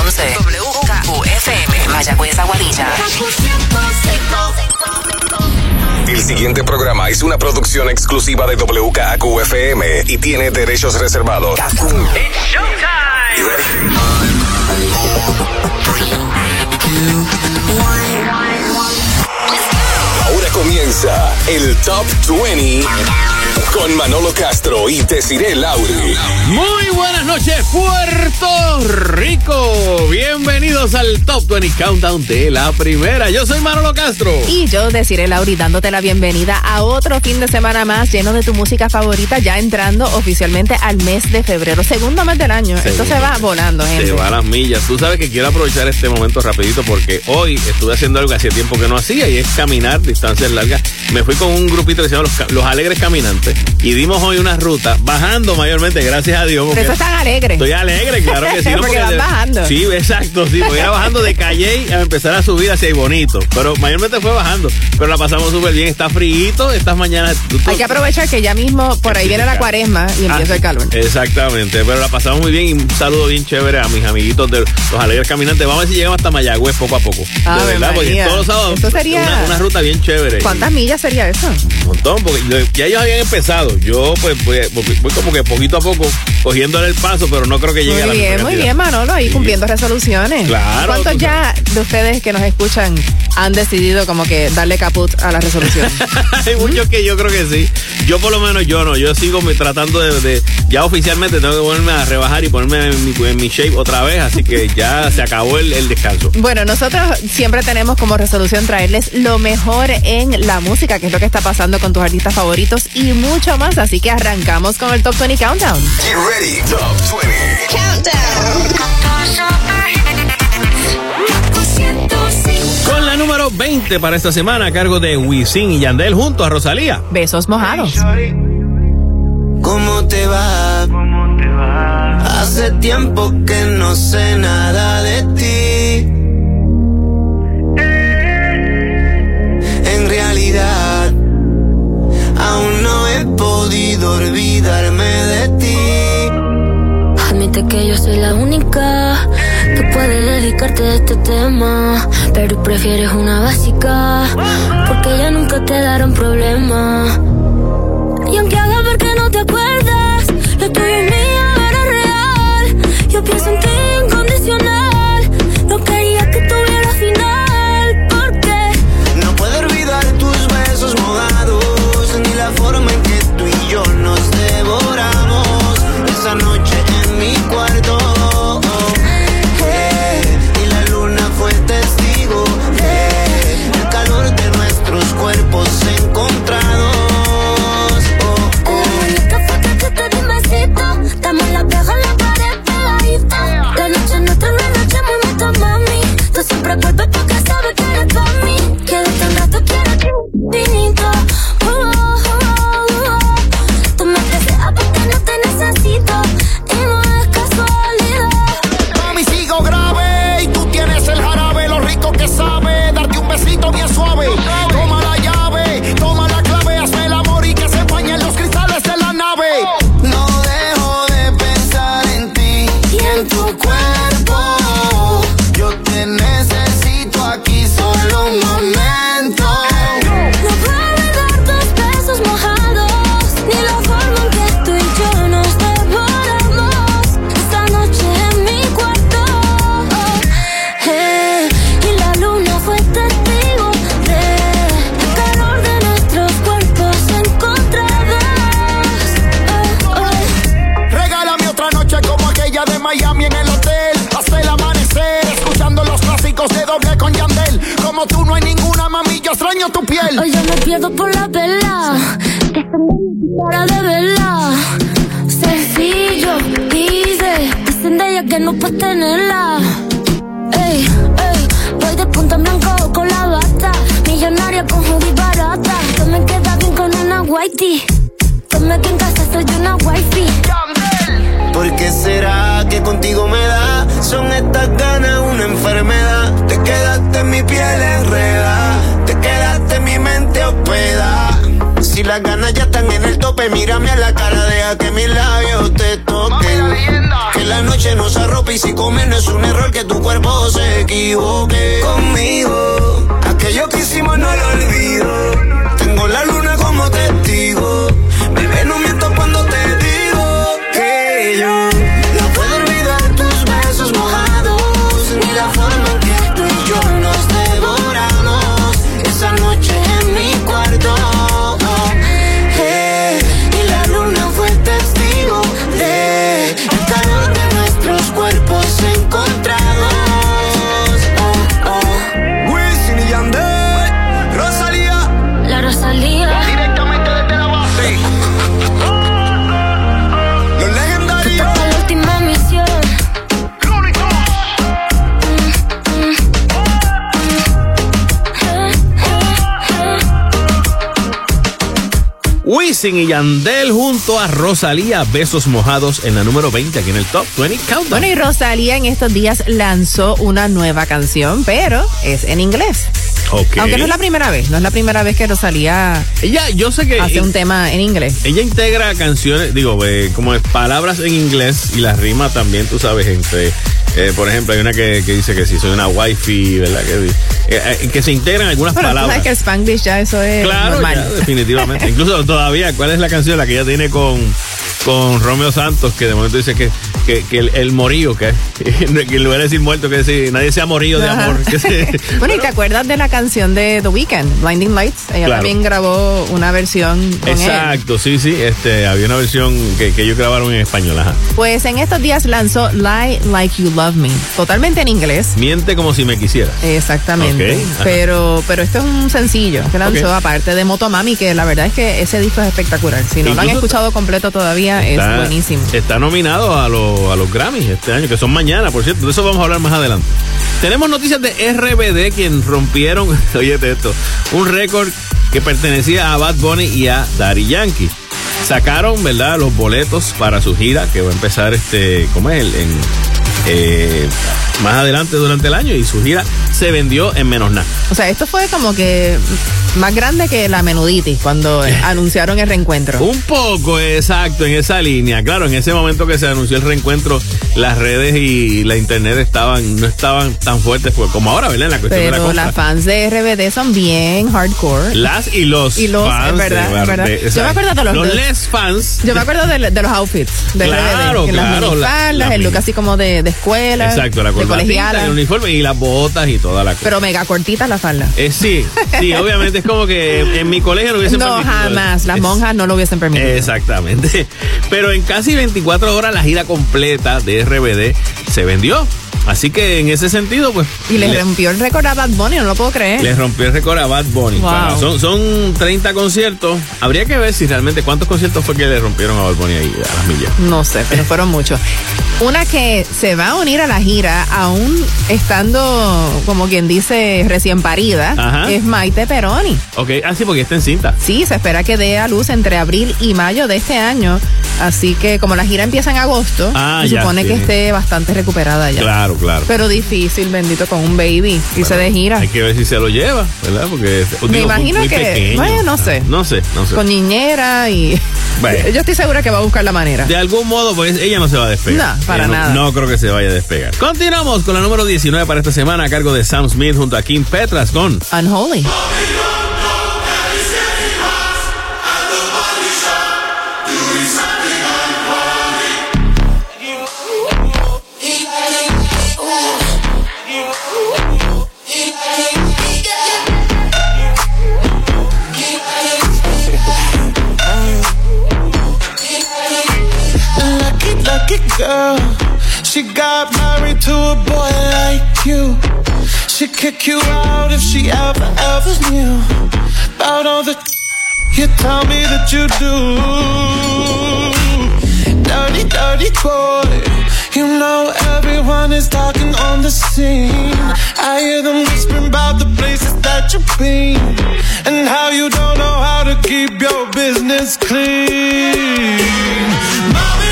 11. WKQFM, Mayagüez, Aguadilla. El siguiente programa es una producción exclusiva de WKQFM y tiene derechos reservados. It's showtime. You ready? Ahora comienza el Top 20 con Manolo Castro y Desiree Lauri. Muy buenas noches, Puerto Rico. Bienvenidos al Top 20 Countdown de la primera. Yo soy Manolo Castro. Y yo, Desiree Lauri, dándote la bienvenida a otro fin de semana más lleno de tu música favorita, ya entrando oficialmente al mes de febrero, segundo mes del año. Esto se va volando, gente. Se va a las millas. Tú sabes que quiero aprovechar este momento rapidito porque hoy estuve haciendo algo que hacía tiempo que no hacía y es caminar distancias largas. Me fui con un grupito que se llama los Alegres Caminantes y dimos hoy una ruta bajando mayormente, gracias a Dios. Pero eso es tan alegre. Estoy alegre, claro que sí. No, porque vas bajando. Sí, exacto, sí. Voy a ir bajando de Calley a empezar a subir hacia ahí bonito. Pero mayormente fue bajando. Pero la pasamos súper bien. Está fríito estas mañanas. Hay que aprovechar que ya mismo por ahí viene la cuaresma y empieza el calor. Exactamente. Pero la pasamos muy bien y un saludo bien chévere a mis amiguitos de los Alegres Caminantes. Vamos a ver si llegamos hasta Mayagüez poco a poco. De verdad, porque todos los sábados eso sería una ruta bien chévere. ¿Cuántas millas sería eso? Un montón, porque ya ellos habían empezado. Yo pues voy como que poquito a poco cogiéndole el paso, pero no creo que llegue a la misma Muy bien, Manolo, ahí cumpliendo resoluciones. Claro. ¿Cuántos ya de ustedes que nos escuchan han decidido como que darle caput a la resolución? Hay muchos que yo creo que sí. Yo por lo menos yo no. Yo sigo tratando de ya oficialmente tengo que ponerme a rebajar y ponerme en mi shape otra vez, así que ya se acabó el descanso. Bueno, nosotros siempre tenemos como resolución traerles lo mejor en la música, que es lo que está pasando con tus artistas favoritos y mucho más, así que arrancamos con el Top 20 Countdown. Get ready, Top 20 Countdown. Con la número 20 para esta semana a cargo de Wisin y Yandel junto a Rosalía. Besos mojados. ¿Cómo te va? Hace tiempo que no sé nada de ti. En realidad, aún no he podido olvidarme de ti. Admite que yo soy la única que puede dedicarte a este tema, pero prefieres una básica porque ya nunca te darán problema. Y aunque haga ver que no te acuerdas, lo tuyo es mío, era real. Yo pienso en ti incondicional. No quería que tuviera final, porque no puedo olvidar tus besos mojados, ni la forma en que tú y yo nos devoramos esa noche en mi cuarto. Y la luna fue testigo el calor de nuestros cuerpos encontrados. dame la pega en la pared pegadita. La noche nuestra, una noche muy bonita, mami. Tú siempre vuelves porque sabes que eres pa' mí. Quédate un rato, quiero finito. Tú me deseas porque no te necesito y no es casualidad. Mami, sigo grave y tú tienes el jarabe, lo rico que sabe darte un besito bien suave. Toma la llave, toma la clave, hazme el amor y que se empañen los cristales de la nave. En tu cuerpo, yo te necesito aquí solo un momento. No puedo olvidar tus besos mojados, ni la forma en que tú y yo nos devoramos esta noche en mi cuarto. Y la luna fue testigo del calor de nuestros cuerpos encontrados. Regálame otra noche como aquella de Miami en el hotel, hasta el amanecer, escuchando los clásicos de Doble con Yandel. Como tú no hay ninguna, mami, yo extraño tu piel. Hoy yo me pierdo por la vela, para de verla. Sencillo, dicen de ella que no puedes tenerla. Ey, voy de punta en blanco con la bata, millonaria con hoodie barata. Que me queda bien con una whitey, que me que en casa soy una wifey. ¿Por qué será que contigo me da? Son estas ganas una enfermedad. Te quedaste en mi piel enredada, te quedaste en mi mente hospedada. Si las ganas ya están en el tope, mírame a la cara, deja que mis labios te toquen. Que la noche nos arrope sopa y si comer no es un error que tu cuerpo se equivoque. Conmigo, aquello que hicimos no lo olvido. Tengo la luna como testigo. Bebé, no miento cuando te digo que yo no puedo olvidar tus besos mojados, ni la forma en que tú y yo nos devoramos esa noche en mi cuarto. Y la luna fue testigo de el calor de nuestros cuerpos encontrados. Wisin y Yandel, Rosalía. La Rosalía. Directamente desde la base. Los legendarios. Toca la última misión. Wisin y Yandel junto a Rosalía, Besos Mojados en la número 20 aquí en el Top 20 Countdown. Bueno, y Rosalía en estos días lanzó una nueva canción, pero es en inglés. Okay. Aunque no es la primera vez que Rosalía Yo sé que hace un tema en inglés. Ella integra canciones, como palabras en inglés y las rima también, tú sabes, entre, por ejemplo, hay una que dice que si soy una wifi, ¿verdad? Que se integran algunas Pero palabras. tú sabes que Spanglish ya eso es normal. Ya, definitivamente. Incluso todavía, ¿cuál es la canción? La que ella tiene con Romeo Santos, que de momento dice que el morío, que en lugar de decir muerto, que decir nadie se ha morido de amor. Bueno, ¿y te acuerdas de la canción de The Weeknd, Blinding Lights? Ella también grabó una versión con Exacto, él. Sí. Había una versión que ellos grabaron en español, ajá. Pues en estos días lanzó Lie Like You Love Me, totalmente en inglés. Miente como si me quisieras. Exactamente. Okay, pero esto es un sencillo que lanzó, aparte de Motomami, que la verdad es que ese disco es espectacular. Si no lo han escuchado completo todavía, es buenísimo. Está nominado a los Grammys este año, que son mañana, por cierto. De eso vamos a hablar más adelante. Tenemos noticias de RBD, quien rompieron, óyete esto, un récord que pertenecía a Bad Bunny y a Daddy Yankee. Sacaron, ¿verdad?, los boletos para su gira, que va a empezar más adelante durante el año, y su gira se vendió en menos nada. O sea, esto fue como que más grande que la menuditis cuando anunciaron el reencuentro. Un poco, exacto, en esa línea. Claro, en ese momento que se anunció el reencuentro, las redes y la internet no estaban tan fuertes como ahora, ¿verdad? En la cuestión de la compra. Pero las fans de RBD son bien hardcore. Las y los fans. Es verdad. Yo me acuerdo de los les fans. Yo me acuerdo de los outfits de RBD. Las minifaldas, el look así como de escuela. Exacto, la corbatita, el uniforme y las botas y toda la cosa. Pero mega cortitas la falda. Sí, obviamente es como que en mi colegio no hubiesen permitido. No, jamás. Las monjas no lo hubiesen permitido. Exactamente. Pero en casi 24 horas la gira completa de RBD se vendió. Así que en ese sentido, pues... Y le rompió el récord a Bad Bunny, no lo puedo creer. Le rompió el récord a Bad Bunny. Wow. Bueno, son 30 conciertos. Habría que ver si realmente cuántos conciertos fue que le rompieron a Bad Bunny ahí a las millas. No sé, pero fueron muchos. Una que se va a unir a la gira, aún estando, como quien dice, recién parida, ajá, es Maite Peroni. Ok, sí, porque está encinta. Sí, se espera que dé a luz entre abril y mayo de este año. Así que como la gira empieza en agosto, se supone que esté bastante recuperada ya. Claro. Pero difícil, bendito, con un baby, irse de gira. Hay que ver si se lo lleva, ¿verdad? Porque me imagino muy que, pequeño. bueno, no sé. Con niñera y... Bueno. Yo estoy segura que va a buscar la manera. De algún modo, pues ella no se va a despegar. No, para nada. No creo que se vaya a despegar. Continuamos con la número 19 para esta semana, a cargo de Sam Smith junto a Kim Petras con Unholy. Lucky girl, she got married to a boy like you. She'd kick you out if she ever knew about all the you tell me that you do. Dirty, dirty boy, you know everyone is talking on the scene. I hear them whispering about the places that you've been and how you don't know how to keep your business clean. Mommy,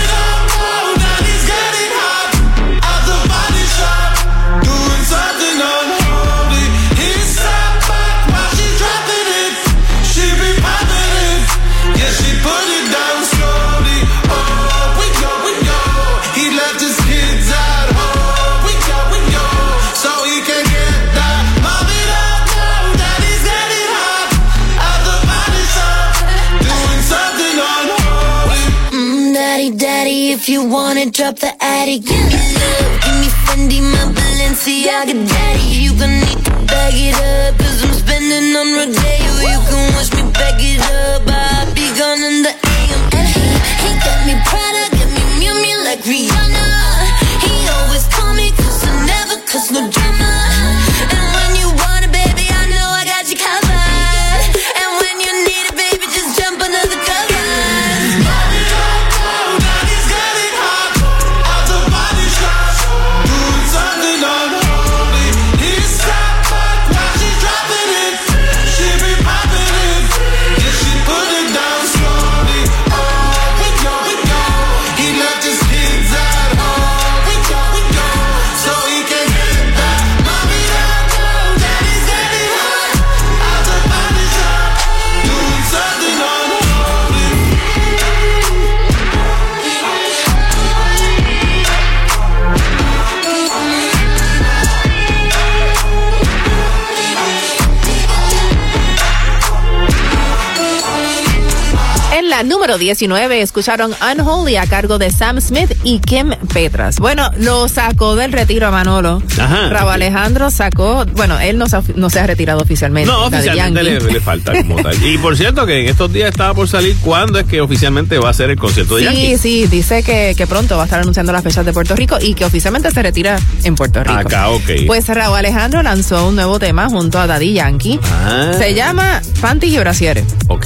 put it down slowly. Oh, we go. He left his kids at home. you want it, drop the attic. Give me love, give me Fendi, my Balenciaga daddy. You gon' need to bag it up, 'cause I'm spending on Rodeo. You can watch me back it up, I'll be gone in the AM. And he got me Prada, got me Miu Miu like Rihanna. He always call me 'cause I never cause no drama. And when you want it, baby, I know I got you covered. And when you need it, baby, just jump under the covers. La número 19, escucharon Unholy a cargo de Sam Smith y Kim Petras. Bueno, lo sacó del retiro a Manolo. Ajá. Rauw Alejandro sacó, bueno, él no se ha retirado oficialmente. No, oficialmente le falta como tal. Y por cierto que en estos días estaba por salir cuándo es que oficialmente va a ser el concierto de Yankee. Sí, dice que pronto va a estar anunciando las fechas de Puerto Rico y que oficialmente se retira en Puerto Rico. Acá, ok. Pues Rauw Alejandro lanzó un nuevo tema junto a Daddy Yankee. Se llama Panties y Brasieres. Ok.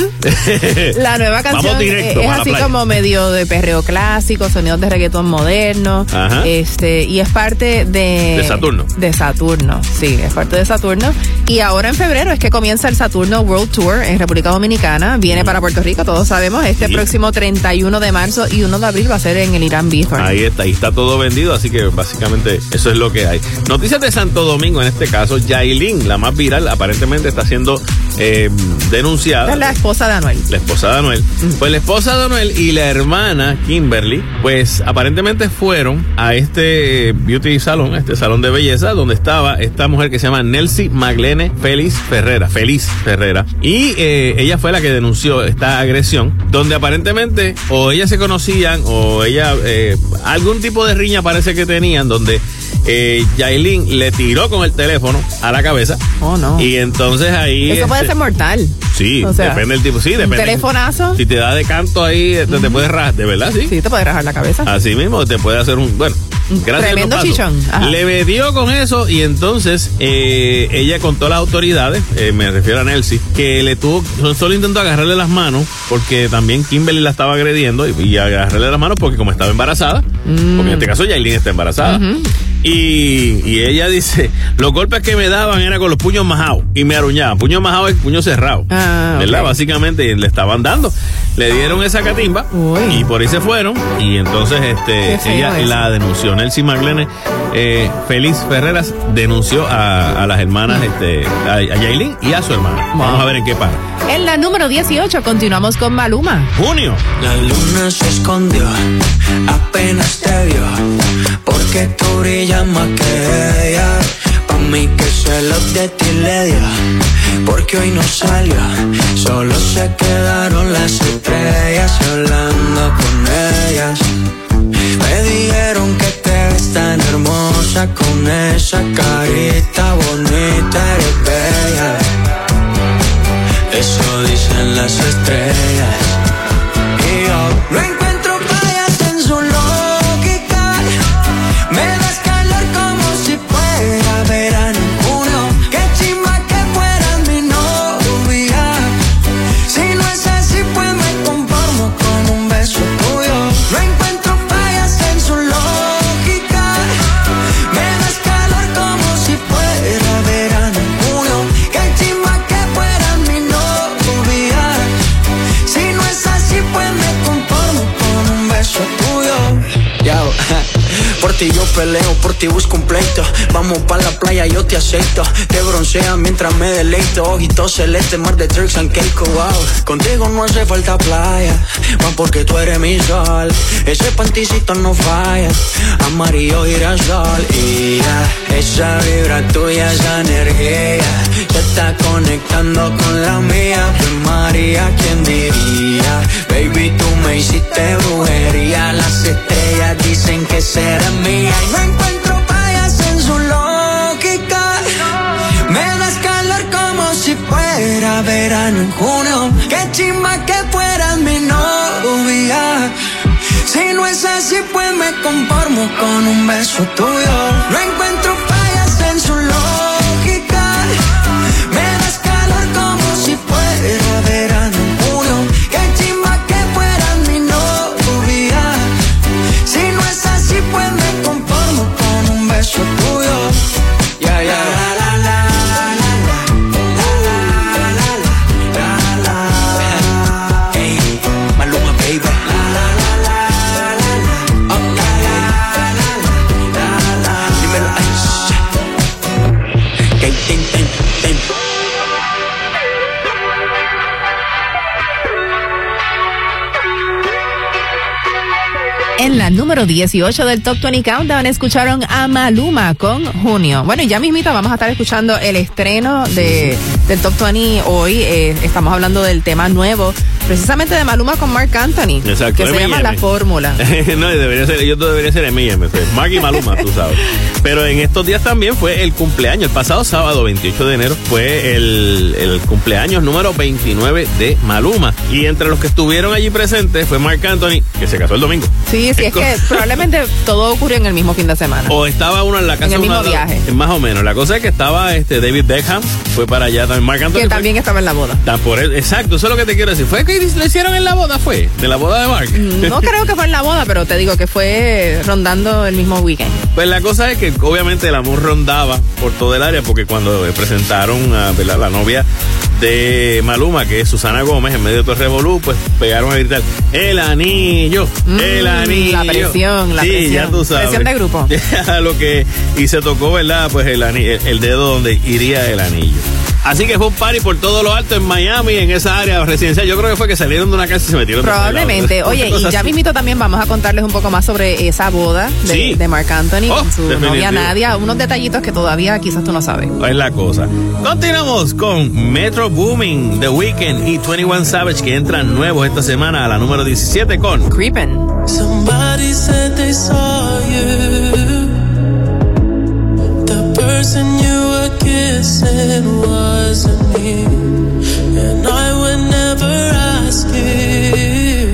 La nueva canción es así como medio de perreo clásico, sonidos de reggaetón moderno. Ajá. Y es parte de Saturno. De Saturno, sí, es parte de Saturno. Y ahora en febrero es que comienza el Saturno World Tour en República Dominicana. Viene para Puerto Rico, todos sabemos. Próximo 31 de marzo y 1 de abril va a ser en el Irán Bithorn. Ahí está todo vendido, así que básicamente eso es lo que hay. Noticias de Santo Domingo, en este caso, Yailin, la más viral, aparentemente está siendo denunciada. Es la esposa de Anuel. La esposa de Anuel. Pues la esposa de Anuel y la hermana Kimberly, pues aparentemente fueron a este beauty salon, este salón de belleza, donde estaba esta mujer que se llama Nelcy Maglene Feliz Ferrera. Y ella fue la que denunció esta agresión, donde aparentemente o ellas se conocían o ella, algún tipo de riña parece que tenían, donde Yailin le tiró con el teléfono a la cabeza. Oh, no. Y entonces ahí... Eso puede ser mortal. Sí, o sea, depende del tipo. Sí, depende. Un telefonazo. Si te da de canto ahí, te puedes rajar, de verdad, sí. Sí, te puedes rajar la cabeza. Así mismo, te puede hacer un... Bueno, gracias. Tremendo chichón. Ajá. Le dio con eso y entonces ella contó a las autoridades, me refiero a Nelcy, que solo intentó agarrarle las manos porque también Kimberly la estaba agrediendo y agarrarle las manos porque como estaba embarazada, porque en este caso Yailin está embarazada. Y ella dice, los golpes que me daban eran con los puños majados y me aruñaban. Puño majado es puño cerrado, ¿verdad? Básicamente le estaban dando, le dieron esa catimba. Y por ahí se fueron y entonces ella la denunció. Nelcy Maglene Feliz Ferreras denunció a las hermanas, a Yailin y a su hermana. Vamos a ver en qué para. En la número 18 continuamos con Maluma. Junio. La luna se escondió, apenas te vio, porque tú brillas más que ella. Pa' mí que celos de ti le dio, porque hoy no salió, solo se quedaron las estrellas hablando con ellas. Me dijeron que te ves tan hermosa con esa carita bonita, eres bella. Eso dicen las estrellas. Y yo no encuentro fallas en su lógica. Me das calor como si fuera verano en junio. Qué chimba que fueras mi novia. Si no es así, pues me conformo con un beso tuyo. No encuentro fallas en su lógica. Me das calor como si fuera verano en junio. Qué chimba que fueras mi novia. Si no es así, pues me conformo con un beso tuyo. Yo, por ti yo peleo, por ti busco un pleito. Vamos pa' la playa, yo te acepto. Te broncea mientras me deleito. Ojitos celeste, mar de Turks and Caicos, wow. Contigo no hace falta playa, más porque tú eres mi sol. Ese panticito no falla, amarillo girasol. Y ya, esa vibra tuya, esa energía, se está conectando con la mía. Pues María, ¿quién diría? Baby, tú me hiciste brujería. Las estrellas dicen que serás mía. Y no encuentro fallas en su lógica. Me das calor como si fuera verano en junio. Qué chimba que fueras mi novia. Si no es así, pues me conformo con un beso tuyo. No encuentro fallas en su lógica. Me das calor como si fuera verano en junio. Qué chimba que fueras mi novia. Si no es así, pues me conformo con un beso tuyo. Ya, ya. En la número 18 del Top 20 Countdown escucharon a Maluma con Junio. Bueno, y ya mismito vamos a estar escuchando el estreno del Top 20 hoy. Estamos hablando del tema nuevo, precisamente de Maluma con Marc Anthony. Exacto, que se llama La Fórmula. No, debería ser M&M, Marc y Maluma, tú sabes. Pero en estos días también fue el cumpleaños. El pasado sábado, 28 de enero, fue el cumpleaños número 29 de Maluma. Y entre los que estuvieron allí presentes fue Marc Anthony, que se casó el domingo. Sí, es que probablemente todo ocurrió en el mismo fin de semana. O estaba uno en la casa. En el mismo viaje. Más o menos. La cosa es que estaba David Beckham, fue para allá también. Marc Anthony. Que también estaba en la boda. Exacto, eso es lo que te quiero decir. ¿Fue que lo hicieron en la boda? ¿Fue? ¿De la boda de Marc? No creo que fue en la boda, pero te digo que fue rondando el mismo weekend. Pues la cosa es que obviamente el amor rondaba por todo el área, porque cuando presentaron a la novia de Maluma, que es Susana Gómez, en medio de todo el revolú, pues pegaron a gritar el anillo, el anillo. La presión, sí, ya tú sabes. Presión de grupo. Y se tocó, ¿verdad? Pues el dedo donde iría el anillo. Así que fue un party por todo lo alto en Miami, en esa área residencial. Yo creo que fue que salieron de una casa y se metieron. Probablemente. Oye, y ya mismito también vamos a contarles un poco más sobre esa boda de Marc Anthony con su novia Nadia. Unos detallitos que todavía quizás tú no sabes. Es la cosa. Continuamos con Metro Boomin, The Weeknd y 21 Savage, que entran nuevos esta semana a la número 17 con Creepin'. Somebody said they saw you. The person you were kissing wasn't me, and I would never ask you.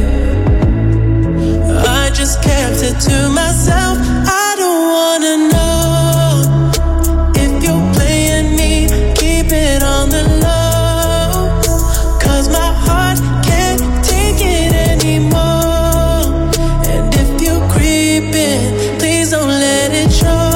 I just kept it to myself. I don't wanna know if you're playing me. Keep it on the low, 'cause my heart can't take it anymore. And if you're creeping, please don't let it show.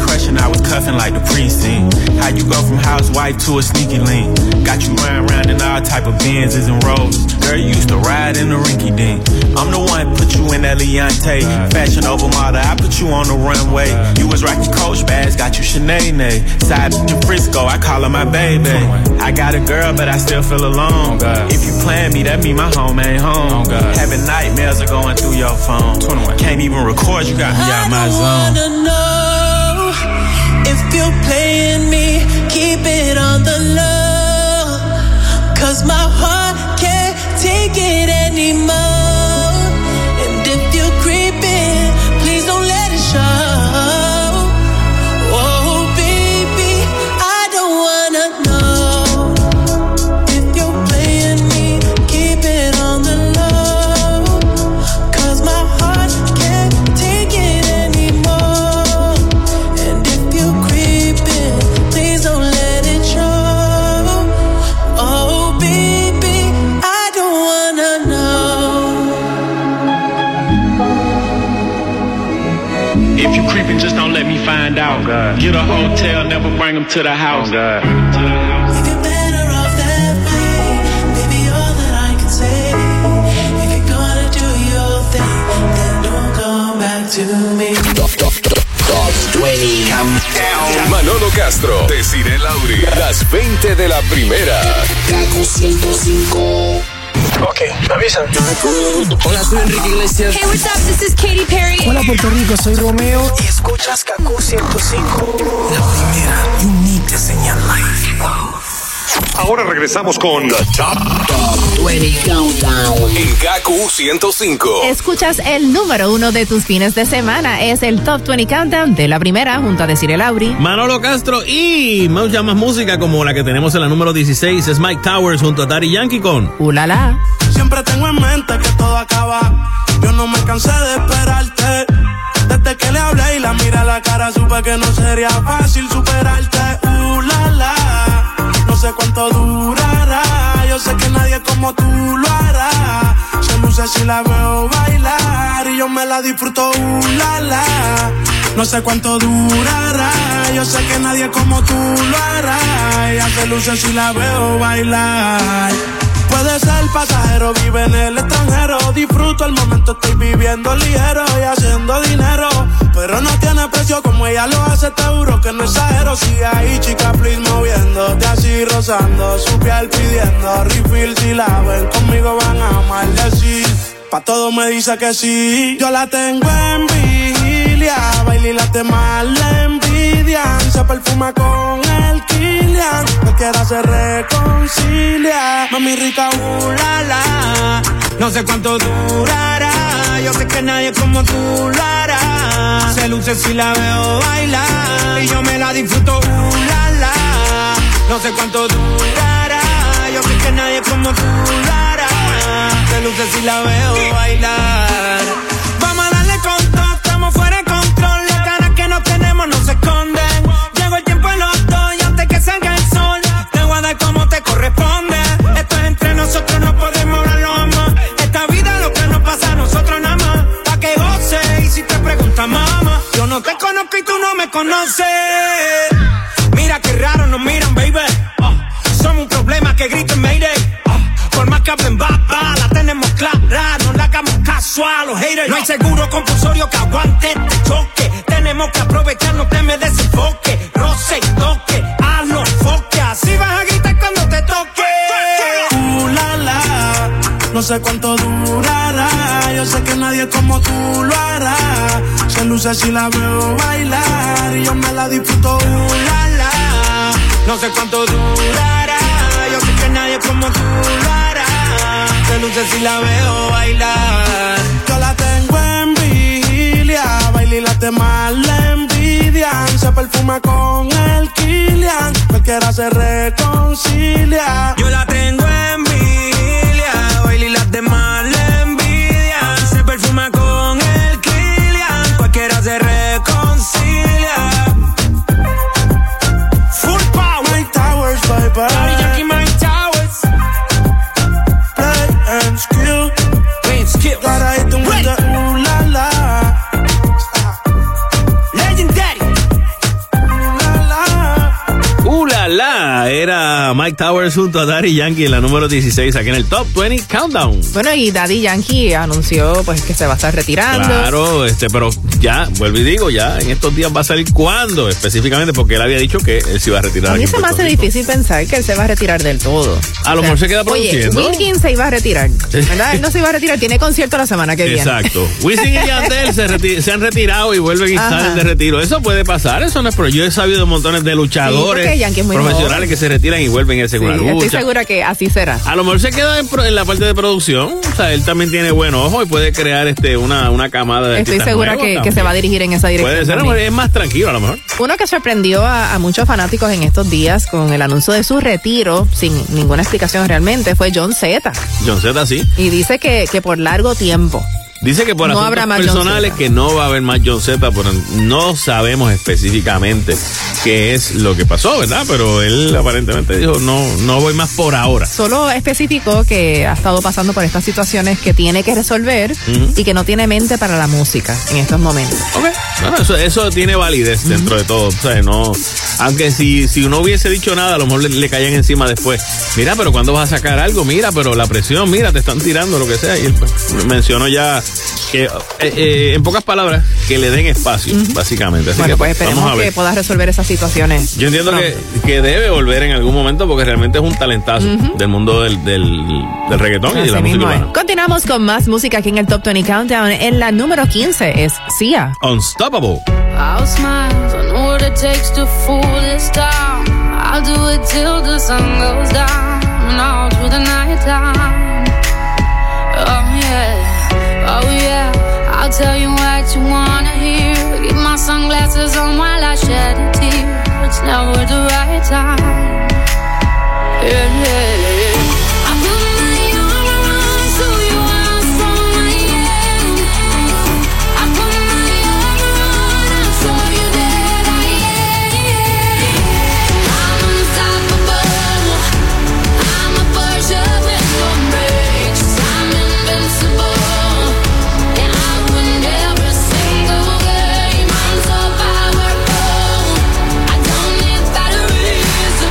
To a sneaky link, got you round and all all type of Benzes and Rolls. Girl, you used to ride in the rinky dink. I'm the one put you in that Leontay. Fashion over model, I put you on the runway. You was rocking Coach bags, got you Sinead. Side to Frisco, I call her my baby. I got a girl, but I still feel alone. If you plan me, that mean my home ain't home. Having nightmares are going through your phone. Can't even record, you got me out my zone. I wanna know if you're playing me, keep it on the low. 'Cause my heart can't take it anymore. And if you're creeping, please don't let it show. Oh baby, I don't wanna know if you're playing me, keep it on the low. 'Cause my heart can't take it anymore. And if you're creeping, please don't let it show. Oh baby, I don't wanna know. If you creeping, just don't let me find out. Get a hotel, never bring them to the house. If you're better off that way, baby, all that I can say. If you're gonna do your thing, then don't come back to me. Top 20 Countdown. Manolo Castro, Desiree Lauri, las 20 de la primera. Kaku 105. Ok, me avisan. Hola, soy Enrique Iglesias. Hey, what's up? This is Katy Perry. Hola, Puerto Rico, soy Romeo. Y escuchas Kaku 105. La primera, you need to señal life. Ahora regresamos con The Top 20 Countdown. en Kaku 105. Escuchas el número 1 de tus fines de semana. Es el Top 20 Countdown de la primera, junto a Desiree Lauri, Manolo Castro y mucha más música como la que tenemos en la número 16. Es Mike Towers junto a Daddy Yankee con Ulala. Siempre tengo en mente que todo acaba. Yo no me cansé de esperarte. Desde que le hablé y la miré a la cara, supe que no sería fácil superarte. La la, no sé cuánto durará. Yo sé que nadie como tú lo hará. Se luce si la veo bailar y yo me la disfruto. La la, no sé cuánto durará. Yo sé que nadie como tú lo hará. Ella se luce si la veo bailar. Puede ser pasajero, vive en el extranjero. Disfruto el momento, estoy viviendo ligero y haciendo dinero. Pero no tiene precio como ella lo hace, te juro que no exagero. Sigue ahí, chica, please, moviéndote así, rozando su piel, pidiendo refill. Si la ven conmigo van a maldecir. Pa' todo me dice que sí. Yo la tengo en vigilia, baila y la tema la envidian. Se perfuma con el Kilian, cualquiera se reconcilia. Mami rica, la la, no sé cuánto durará. Yo sé que nadie como tú lo hará. Se luce si la veo bailar y yo me la disfruto, la la. No sé cuánto durará. Yo sé que nadie como tú lo hará. Se luce si la veo bailar. Vamos a darle con todo, estamos fuera de control. Las ganas que no tenemos no se esconden. Llegó el tiempo en los dos y antes que salga el sol te voy a dar como te corresponde. Esto es entre nosotros, no podemos hablarlo más. Esta vida lo que nos pasa a nosotros nada más. Pa' que goce y si te preguntas mamá, yo no te conozco y tú no me conoces. Mira qué raro nos miran, baby. Somos un problema que griten Mayday. Por más que hablen baba, la tenemos clara. No le hagamos caso a los haters. No hay seguro compulsorio que aguante este choque. Tenemos que aprovechar, no te me desenfoque. Roce y toque, hazlo foque. Así vas a gritar cuando te toque. La la, no sé cuánto durará. Yo sé que nadie como tú lo hará. Se luce si la veo bailar y yo me la disfruto. La la, no sé cuánto durará. Yo sé que nadie como tú lo hará. Se luce si la veo bailar. Yo la tengo en vigilia, baila y la demás la envidian. Se perfuma con el Kilian, cualquiera se reconcilia. Yo la tengo en vigilia, baila y las demás la envidian. Se perfuma con el Kilian, cualquiera se reconcilia. Full power, Mike Towers, bye bye. Daddy Yankee, Mike Towers. Play and skill. Gotta hit them with the ooh la la. Legendary. La era Mike Towers junto a Daddy Yankee en la número 16 aquí en el Top 20 Countdown. Bueno, y Daddy Yankee anunció pues que se va a estar retirando. Claro, pero ya, vuelvo y digo, ya en estos días va a salir cuándo específicamente, porque él había dicho que él se iba a retirar. A mí se me hace difícil pensar que él se va a retirar del todo. A lo mejor se queda produciendo. Oye, Wilkin se iba a retirar, ¿verdad? Él no se iba a retirar, tiene concierto la semana que viene. Exacto. Wisin y Yandel se han retirado y vuelven y salen de retiro. Eso puede pasar, eso no es, pero yo he sabido de montones de luchadores profesionales que se retiran y vuelven a una lucha. Estoy segura que así será. A lo mejor se queda en la parte de producción, o sea, él también tiene buen ojo y puede crear una camada de Estoy segura que se va a dirigir en esa dirección. Puede ser, es más tranquilo a lo mejor. Uno que sorprendió a muchos fanáticos en estos días con el anuncio de su retiro, sin ninguna explicación realmente, fue John Z. John Z, sí. Y dice que por largo tiempo. Dice que por no asuntos personales que no va a haber más John Z, pero no sabemos específicamente qué es lo que pasó, ¿verdad? Pero él aparentemente dijo, no voy más por ahora. Solo especificó que ha estado pasando por estas situaciones que tiene que resolver y que no tiene mente para la música en estos momentos. Ok, bueno, eso tiene validez dentro de todo, o sea, no, aunque si uno hubiese dicho nada, a lo mejor le caían encima después. Mira, pero ¿cuándo vas a sacar algo? Mira, pero la presión, mira, te están tirando, lo que sea. Y él mencionó ya que, en pocas palabras, que le den espacio, básicamente. Así bueno, pues esperemos que pueda resolver esas situaciones. Yo entiendo que debe volver en algún momento porque realmente es un talentazo del mundo del reggaetón y de la música urbana. Continuamos con más música aquí en el Top 20 Countdown. En la número 15 es Sia. Unstoppable. I'll smile, I know what it takes to fool this town. I'll do it till the sun goes down and all through the night time. Oh yeah, I'll tell you what you wanna hear. Keep my sunglasses on while I shed a tear. It's never the right time. Yeah. So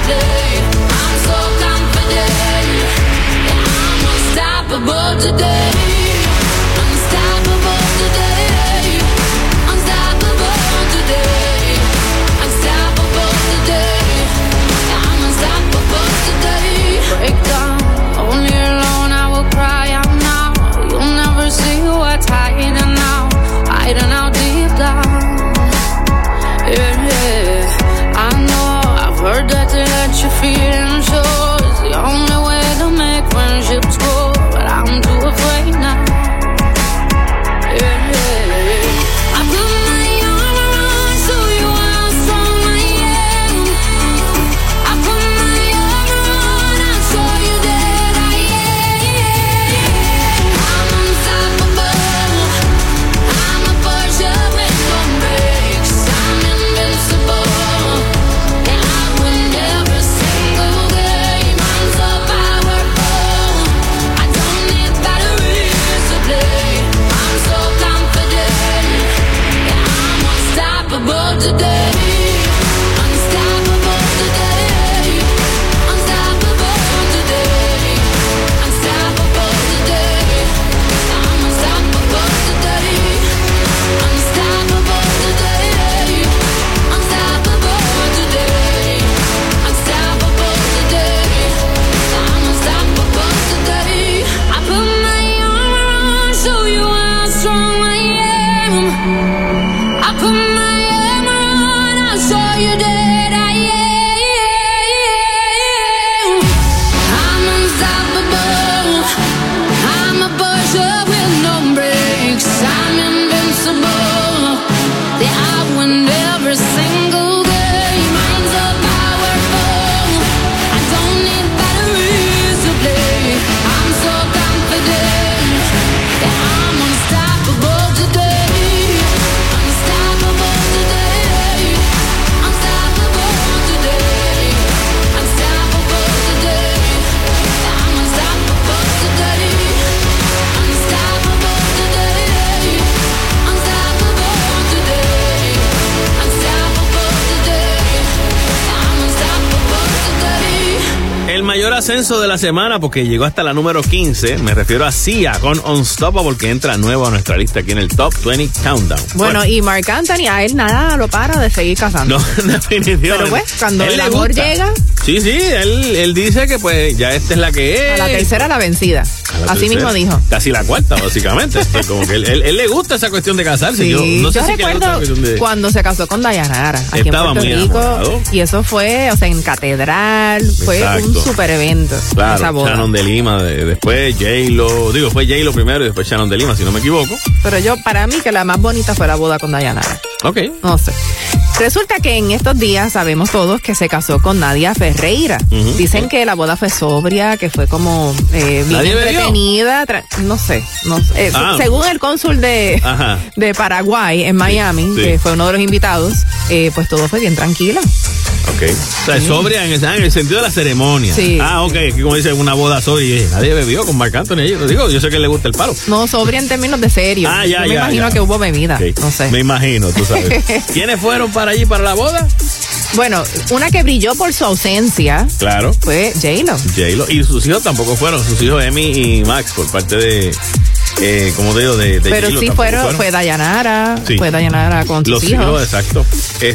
ascenso de la semana porque llegó hasta la número 15. Me refiero a Sia con Unstoppable, que entra nuevo a nuestra lista aquí en el Top 20 Countdown. Bueno, y Marc Anthony, a él nada lo para de seguir casando. No, definitivamente. Pero pues, cuando el amor llega... Sí, él dice que pues ya esta es la que es. A la tercera la vencida. Así mismo dijo. Casi la cuarta, básicamente. Como que él le gusta esa cuestión de casarse. Sí, yo no sé yo si recuerdo cuando se casó con Dayanara aquí estaba en Puerto muy Rico. enamorado. Y eso fue, o sea, en catedral. Fue un super evento. Claro, esa boda. Shannon de Lima, después J-Lo. Digo, fue J-Lo primero y después Shannon de Lima, si no me equivoco. Pero para mí que la más bonita fue la boda con Dayanara. Ok. No sé. Resulta que en estos días sabemos todos que se casó con Nadia Ferreira. Dicen que la boda fue sobria, que fue como bien entretenida. No sé. Según el cónsul de Paraguay en Miami, que fue uno de los invitados, pues todo fue bien tranquilo. Ok. O sea, sobria en el sentido de la ceremonia. Sí. Ok. Aquí como dice una boda sobria. Nadie bebió con Marc Anthony. Yo sé que le gusta el palo. No, sobria en términos de serio. Yo me imagino que hubo bebida. Okay. No sé. Me imagino, tú sabes. ¿Quiénes fueron para allí para la boda? Bueno, una que brilló por su ausencia. Claro. Fue J-Lo. Y sus hijos tampoco fueron. Sus hijos Emi y Max, por parte de... como te digo, de pero J-Lo sí fue Dayanara. Sí. Fue Dayanara con sus hijos. Los hijos, exacto.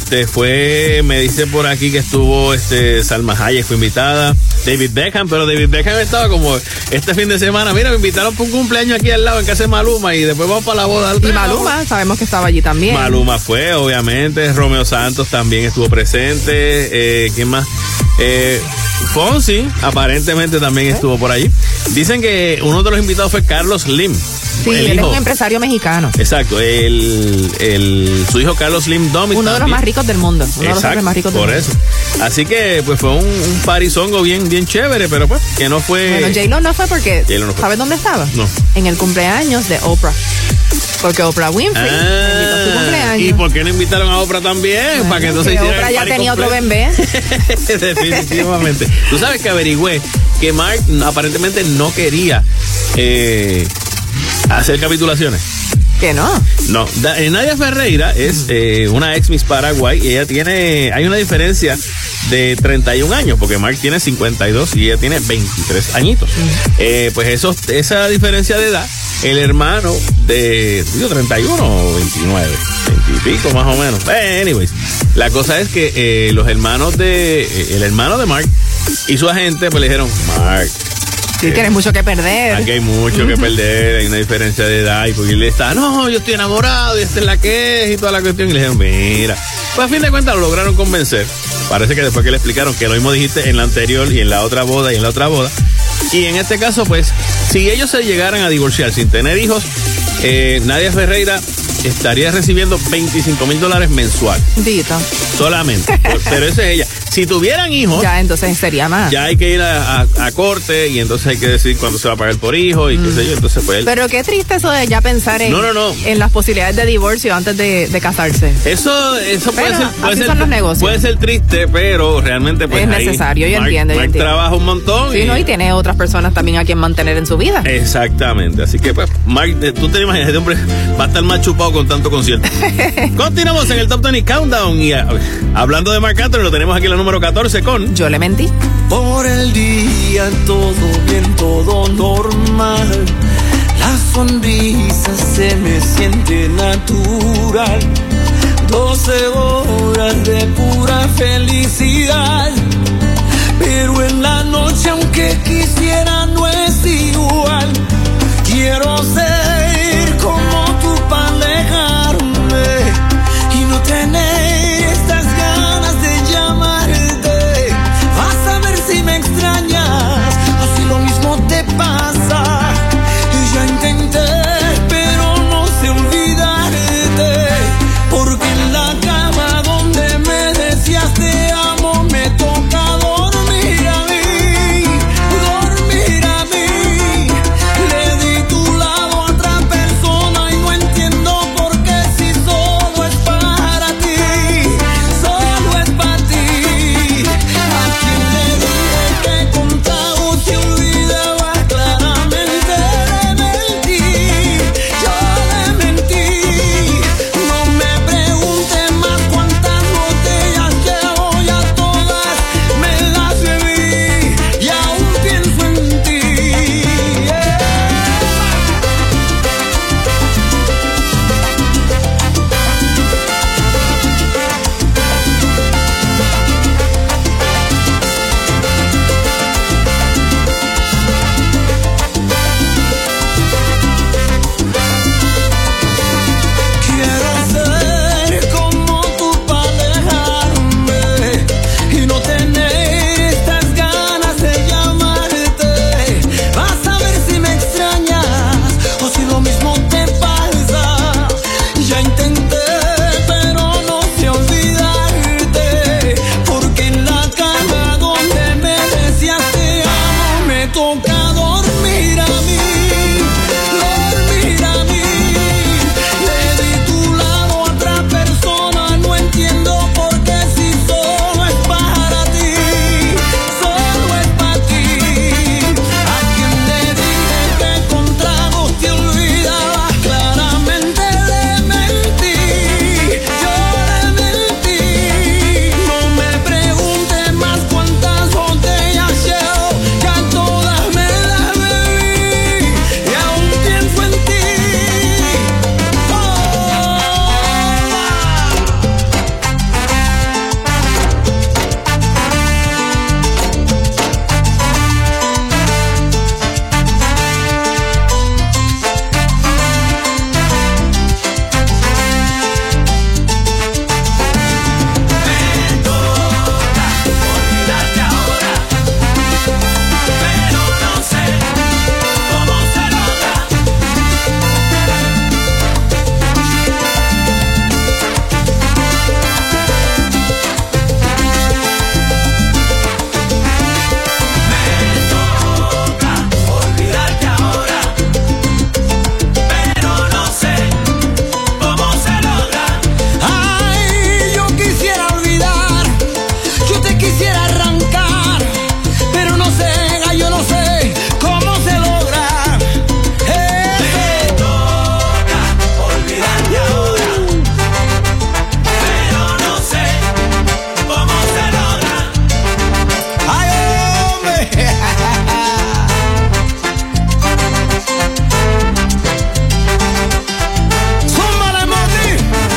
Me dice por aquí que estuvo Salma Hayek, fue invitada. David Beckham, pero David Beckham estaba como este fin de semana. Mira, me invitaron para un cumpleaños aquí al lado en casa de Maluma y después vamos para la boda. Y Maluma, sabemos que estaba allí también. Maluma fue, obviamente. Romeo Santos también estuvo presente. ¿Quién más? Fonsi aparentemente también estuvo por allí. Dicen que uno de los invitados fue Carlos Slim. Sí, él es un empresario mexicano. Exacto, su hijo Carlos Slim Domi. Uno de los más ricos del mundo. Uno de los hombres más ricos del mundo. Por eso. Así que pues fue un parizongo bien chévere, pero pues que no fue... Bueno, J-Lo no fue porque... ¿Sabes dónde estaba? No. En el cumpleaños de Oprah. Porque Oprah Winfrey invitó a su cumpleaños. ¿Y por qué no invitaron a Oprah también? Bueno, para que entonces hicieran Oprah ya tenía otro bebé. Definitivamente. Tú sabes que averigüé que Marc aparentemente no quería hacer capitulaciones. ¿Que no? No. Nadia Ferreira es una ex Miss Paraguay y hay una diferencia de 31 años, porque Marc tiene 52 y ella tiene 23 añitos. Pues esa diferencia de edad, el hermano de 31 o 29, 20 y pico más o menos. Anyways, la cosa es que el hermano de Marc y su agente pues le dijeron, Marc, sí, tienes mucho que perder. Aquí hay mucho que perder, hay una diferencia de edad. Y porque él está, no, yo estoy enamorado y esta es la que es y toda la cuestión. Y le dijeron, mira. Pues a fin de cuentas lo lograron convencer. Parece que después que le explicaron que lo mismo dijiste en la anterior y en la otra boda y en la otra boda. Y en este caso, pues, si ellos se llegaran a divorciar sin tener hijos, Nadia Ferreira estaría recibiendo $25,000 mensual. Dito. Solamente. Pero esa es ella. Si tuvieran hijos... Ya, entonces sería más. Ya hay que ir a corte y entonces hay que decir cuándo se va a pagar por hijo y qué sé yo. Entonces, pues... Pero qué triste eso de ya pensar en las posibilidades de divorcio antes de casarse. Eso puede ser... Así son los negocios. Puede ser triste, pero realmente pues es necesario, yo entiendo. Marc trabaja un montón. Sí, y tiene otras personas también a quien mantener en su vida. Exactamente. Así que, pues, Marc, tú te imaginas, este hombre va a estar más chupado con tanto concierto. Continuamos en el Top 20 Countdown y hablando de Marc Anthony, lo tenemos aquí en la número 14 con Yo le mentí. Por el día todo bien, todo normal. La sonrisa se me siente natural. 12 horas de pura felicidad. Pero en la noche, aunque quisiera, no es igual. Quiero ser como tú para alejarme y no tener estas ganas de llamarte. Vas a ver si me extrañas o si lo mismo te pasa. Y ya intenté, pero no sé olvidarte, porque en la cama donde me decías te amo me toca dormir a mí, dormir mira a mí, mira a mí. Le di tu lado a otra persona, no entiendo por qué si solo es para ti, solo es para ti. A quien te dije que con tragos te olvidaba, claramente le mentí, yo le mentí. No me preguntes más cuántas botellas llevo, ya todas me las bebí y aún pienso en ti. Olvidarte ahora, pero no sé cómo se logra. Me toca olvidarte ahora, pero no sé cómo se logra. Ay, yo quisiera olvidar, yo te quisiera arrancar, pero no sé, ay, yo no sé cómo se logra. Me toca olvidarte ahora, pero no sé cómo se logra. Ay, hombre. Súmale, Moti.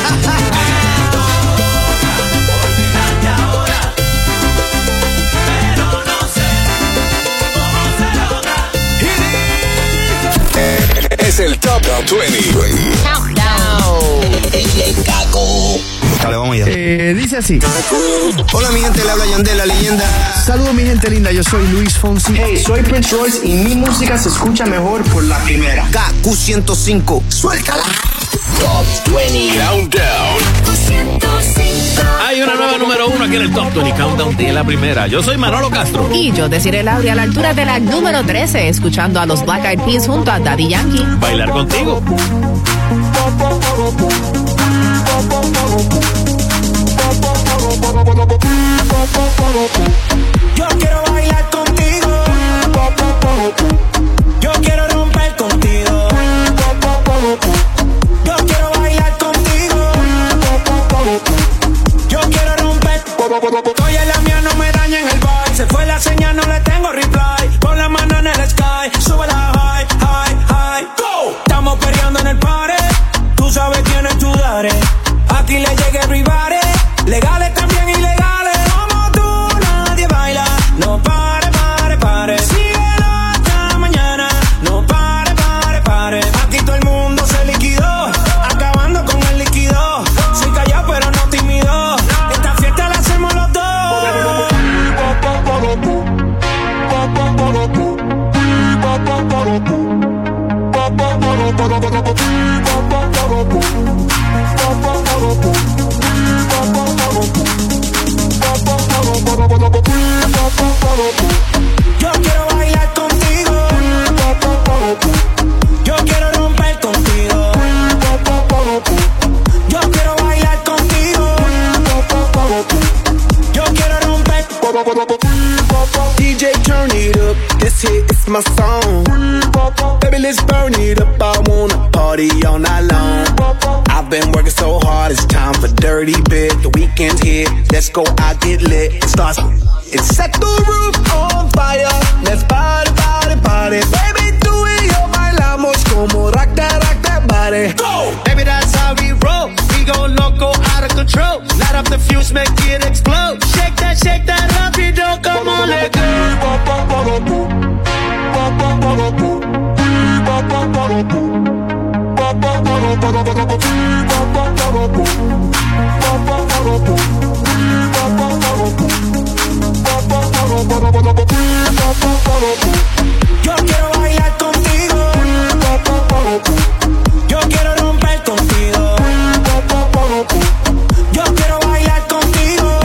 Olvidarte ahora, pero no sé cómo se logra. Es el Top 20. Dale, vamos allá. Dice así. Hola, mi gente, le habla Yandel, la leyenda. Saludos, mi gente linda. Yo soy Luis Fonsi. Hey, soy Prince Royce y mi música se escucha mejor por la primera. KQ 105. Suéltala. Top 20 Countdown. Hay una nueva número 1 aquí en el Top 20 Countdown de la primera. Yo soy Manolo Castro. Y yo, Desiree Lauri, a la altura de la número 13, escuchando a los Black Eyed Peas junto a Daddy Yankee. Bailar contigo. Yo quiero bailar contigo. Yo quiero romper contigo. Yo quiero bailar contigo. Yo quiero romper. Estoy en la mía, no me dañen el vibe. Se fue la señal, no le tengo reply. Pon la mano en el sky, sube la high, high, high. Go. Estamos peleando en el party. Tú sabes quién es tu dare. Aquí le llegue everybody. Legales también ilegales. Como tú nadie baila. No pare, pare, pare. Síguelo hasta mañana. No pare, pare, pare. Aquí todo el mundo se liquidó. Acabando con el líquido. Soy callado pero no tímido. Esta fiesta la hacemos los dos. Yo quiero bailar contigo. Yo quiero romper contigo. Yo quiero bailar contigo. Yo quiero romper. DJ, turn it up. This hit is my song. Baby, let's burn it up. I wanna party all night long. I've been working so hard, it's time for dirty bit. The weekend's here, let's go out, get lit. It starts, it set the roof on fire. Let's party, party, party. Baby, tú y yo bailamos como rock that body. Go! Baby, that's how we roll. We go loco, out of control. Light up the fuse, make it explode. Shake that rapido, come on, let go. Yo quiero bailar contigo. Yo quiero romper contigo. Yo quiero bailar contigo.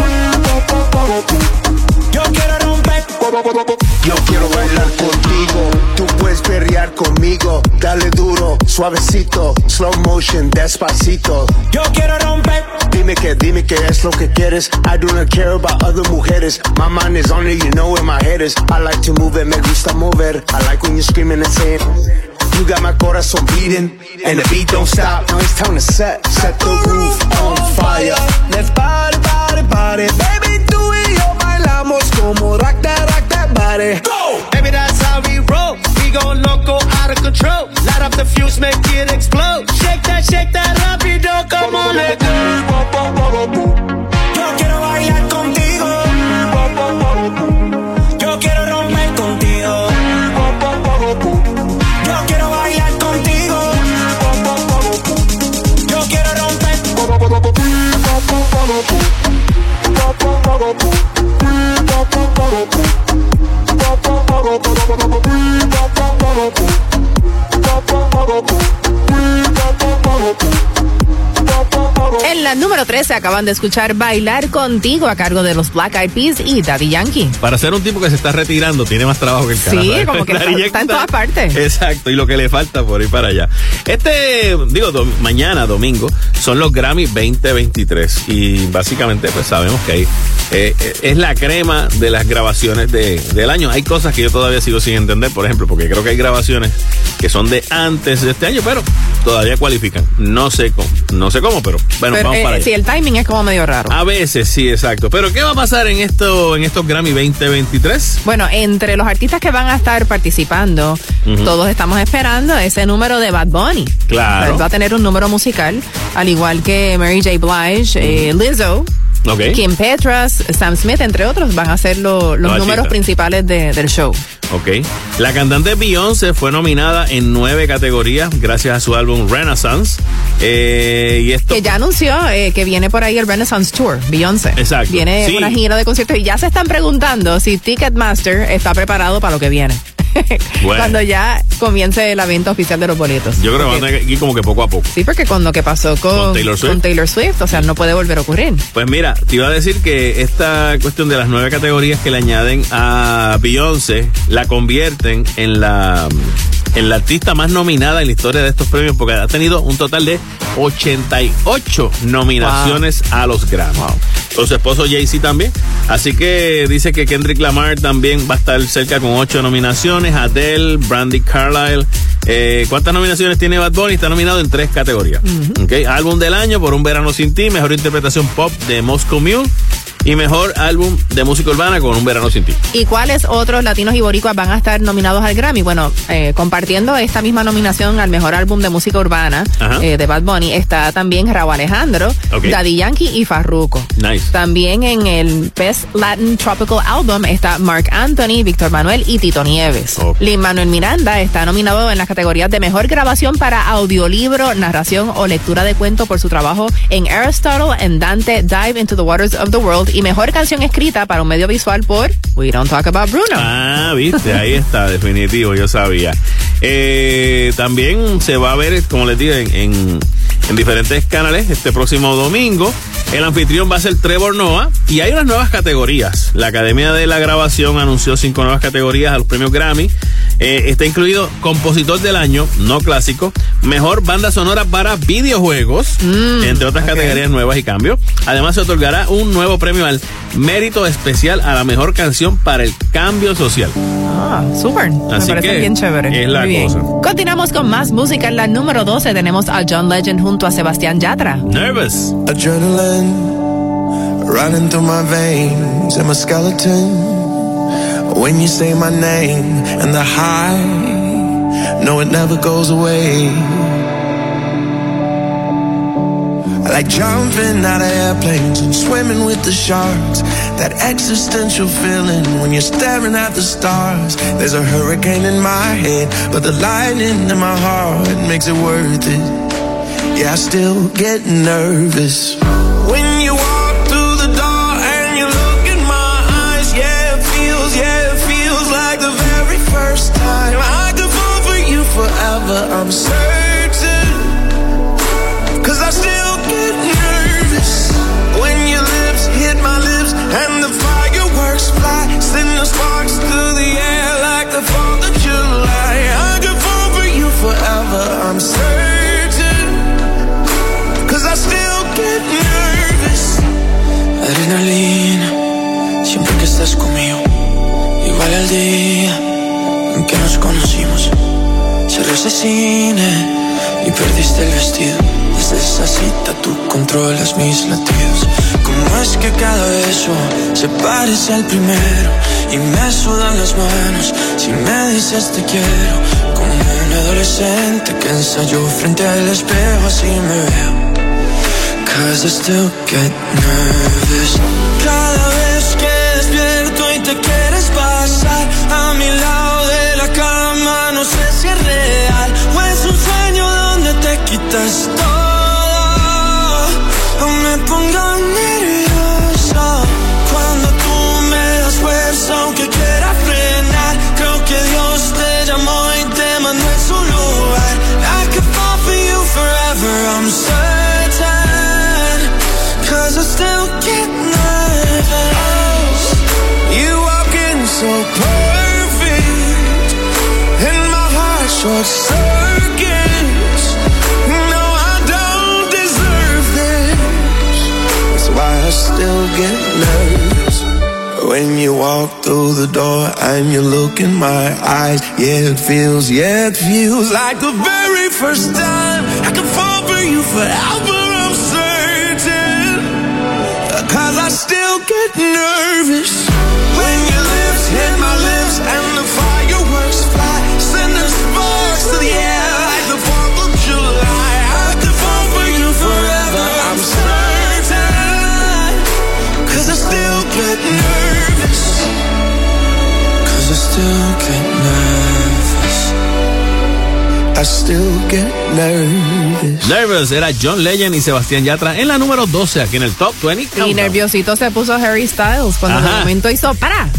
Yo quiero romper. Yo quiero bailar contigo. Tú puedes perrear conmigo, dale duro, suavecito, slow motion, despacito. Yo quiero romper. Dime que es lo que quieres. I do not care about other mujeres. My mind is on it, you know where my head is. I like to move it, me gusta mover. I like when you're screaming and saying, you got my corazón beating, and the beat don't stop. Now it's time to set the roof on fire. Let's party, party, party. Baby, tú y yo bailamos como rock that body. Go! Baby, that's how we roll. We gon' loco out of control. Light up the fuse, make it explode. Shake that rapido, come on, let go. Yo quiero bailar contigo. Yo quiero romper contigo. Yo quiero bailar contigo. Yo quiero romper. En la número 13 acaban de escuchar Bailar Contigo a cargo de los Black Eyed Peas y Daddy Yankee. Para ser un tipo que se está retirando, tiene más trabajo que el carajo. Sí, como que está en todas partes. Exacto, y lo que le falta por ir para allá. Mañana, domingo, son los Grammy 2023. Y básicamente, pues sabemos que ahí es la crema de las grabaciones del año. Hay cosas que yo todavía sigo sin entender, por ejemplo, porque creo que hay grabaciones que son de antes de este año, pero todavía cualifican. No sé cómo, pero bueno, vamos para allá. Sí, el timing es como medio raro. A veces, sí, exacto. Pero ¿qué va a pasar en estos Grammy 2023? Bueno, entre los artistas que van a estar participando, todos estamos esperando ese número de Bad Bunny. Claro. Va a tener un número musical, al igual que Mary J. Blige, Lizzo, Okay. Kim Petras, Sam Smith, entre otros, van a ser los números principales del show. Ok. La cantante Beyoncé fue nominada en 9 categorías gracias a su álbum Renaissance. Y esto que ya anunció que viene por ahí el Renaissance Tour, Beyoncé. Exacto. Viene una gira de conciertos y ya se están preguntando si Ticketmaster está preparado para lo que viene. Bueno. Cuando ya comience la venta oficial de los boletos. Yo creo que van a ir como que poco a poco. Sí, porque con lo que pasó con Taylor Swift, o sea, no puede volver a ocurrir. Pues mira, te iba a decir que esta cuestión de las 9 categorías que le añaden a Beyoncé la convierten en la artista más nominada en la historia de estos premios, porque ha tenido un total de 88 nominaciones a los Grammy. Wow. Con su esposo Jay-Z también. Así que dice que Kendrick Lamar también va a estar cerca con 8 nominaciones. Adele, Brandy Carlisle. ¿Cuántas nominaciones tiene Bad Bunny? Está nominado en 3 categorías. Okay. Álbum del año por Un Verano Sin Ti, mejor interpretación pop de Moscow Mule y mejor álbum de música urbana con Un Verano Sin Ti. ¿Y cuáles otros latinos y boricuas van a estar nominados al Grammy? Bueno, compartiendo esta misma nominación al mejor álbum de música urbana de Bad Bunny está también Rauw Alejandro, Daddy Yankee y Farruko. Nice. También en el Best Latin Tropical Album está Marc Anthony, Víctor Manuel y Tito Nieves. Lin-Manuel Miranda está nominado en las categorías de mejor grabación para audiolibro, narración o lectura de cuento por su trabajo en Aristotle and Dante Dive into the Waters of the World, y mejor canción escrita para un medio visual por We Don't Talk About Bruno. Ah, viste, ahí está, definitivo, yo sabía. También se va a ver, como les dije, en diferentes canales este próximo domingo. El anfitrión va a ser Trevor Noah y hay unas nuevas categorías. La Academia de la Grabación anunció 5 nuevas categorías a los premios Grammy. Está incluido Compositor del Año, no clásico, Mejor Banda Sonora para Videojuegos, entre otras categorías nuevas y cambios. Además se otorgará un nuevo premio al Mérito Especial a la Mejor Canción para el Cambio Social. Ah, súper. Me parece bien chévere. Es la cosa. Continuamos con más música. En la número 12 tenemos a John Legend junto a Sebastián Yatra. Nervous. Adrenaline running through my veins and my skeleton. When you say my name and the high, no, it never goes away. I like jumping out of airplanes and swimming with the sharks. That existential feeling when you're staring at the stars. There's a hurricane in my head, but the lightning in my heart makes it worth it. Yeah, I still get nervous when you walk through the door and you look in my eyes. Yeah, it feels like the very first time. I could fall for you forever, I'm certain. 'Cause I still get nervous when your lips hit my lips and the fireworks fly. Send the sparks through the air like the 4th of July. I could fall el día en que nos conocimos. Cerré ese cine y perdiste el vestido. Desde esa cita tú controlas mis latidos. ¿Cómo es que cada beso se parece al primero? Y me sudan las manos si me dices te quiero. Como un adolescente que ensayó frente al espejo, así me veo. 'Cause I still get nervous. Cada vez que despierto y te quieres pasar a mi lado de la cama, no sé si es real o es un sueño donde te quitas todo. O me pongo nervioso cuando tú me das fuerza, aunque quiera frenar. Creo que Dios te llamó y te mandó en su lugar. I could fall for you forever, I'm certain, 'cause I still get nervous. You walk in so perfect, and my heart short circuits. No, I don't deserve this. That's why I still get nervous. When you walk through the door and you look in my eyes, yeah, it feels like the very first time. I can fall for you forever, I'm certain, 'cause I still get nervous. When your lips hit my lips and the fireworks fly, send the sparks to the air like the 4th of July. I can fall for you forever, I'm certain, 'cause I still get nervous. 'Cause I still get nervous. I still get nervous. Nervous era John Legend y Sebastián Yatra en la número 12 aquí en el Top 20 Countdown. Y nerviosito se puso Harry Styles cuando de momento hizo ¡para!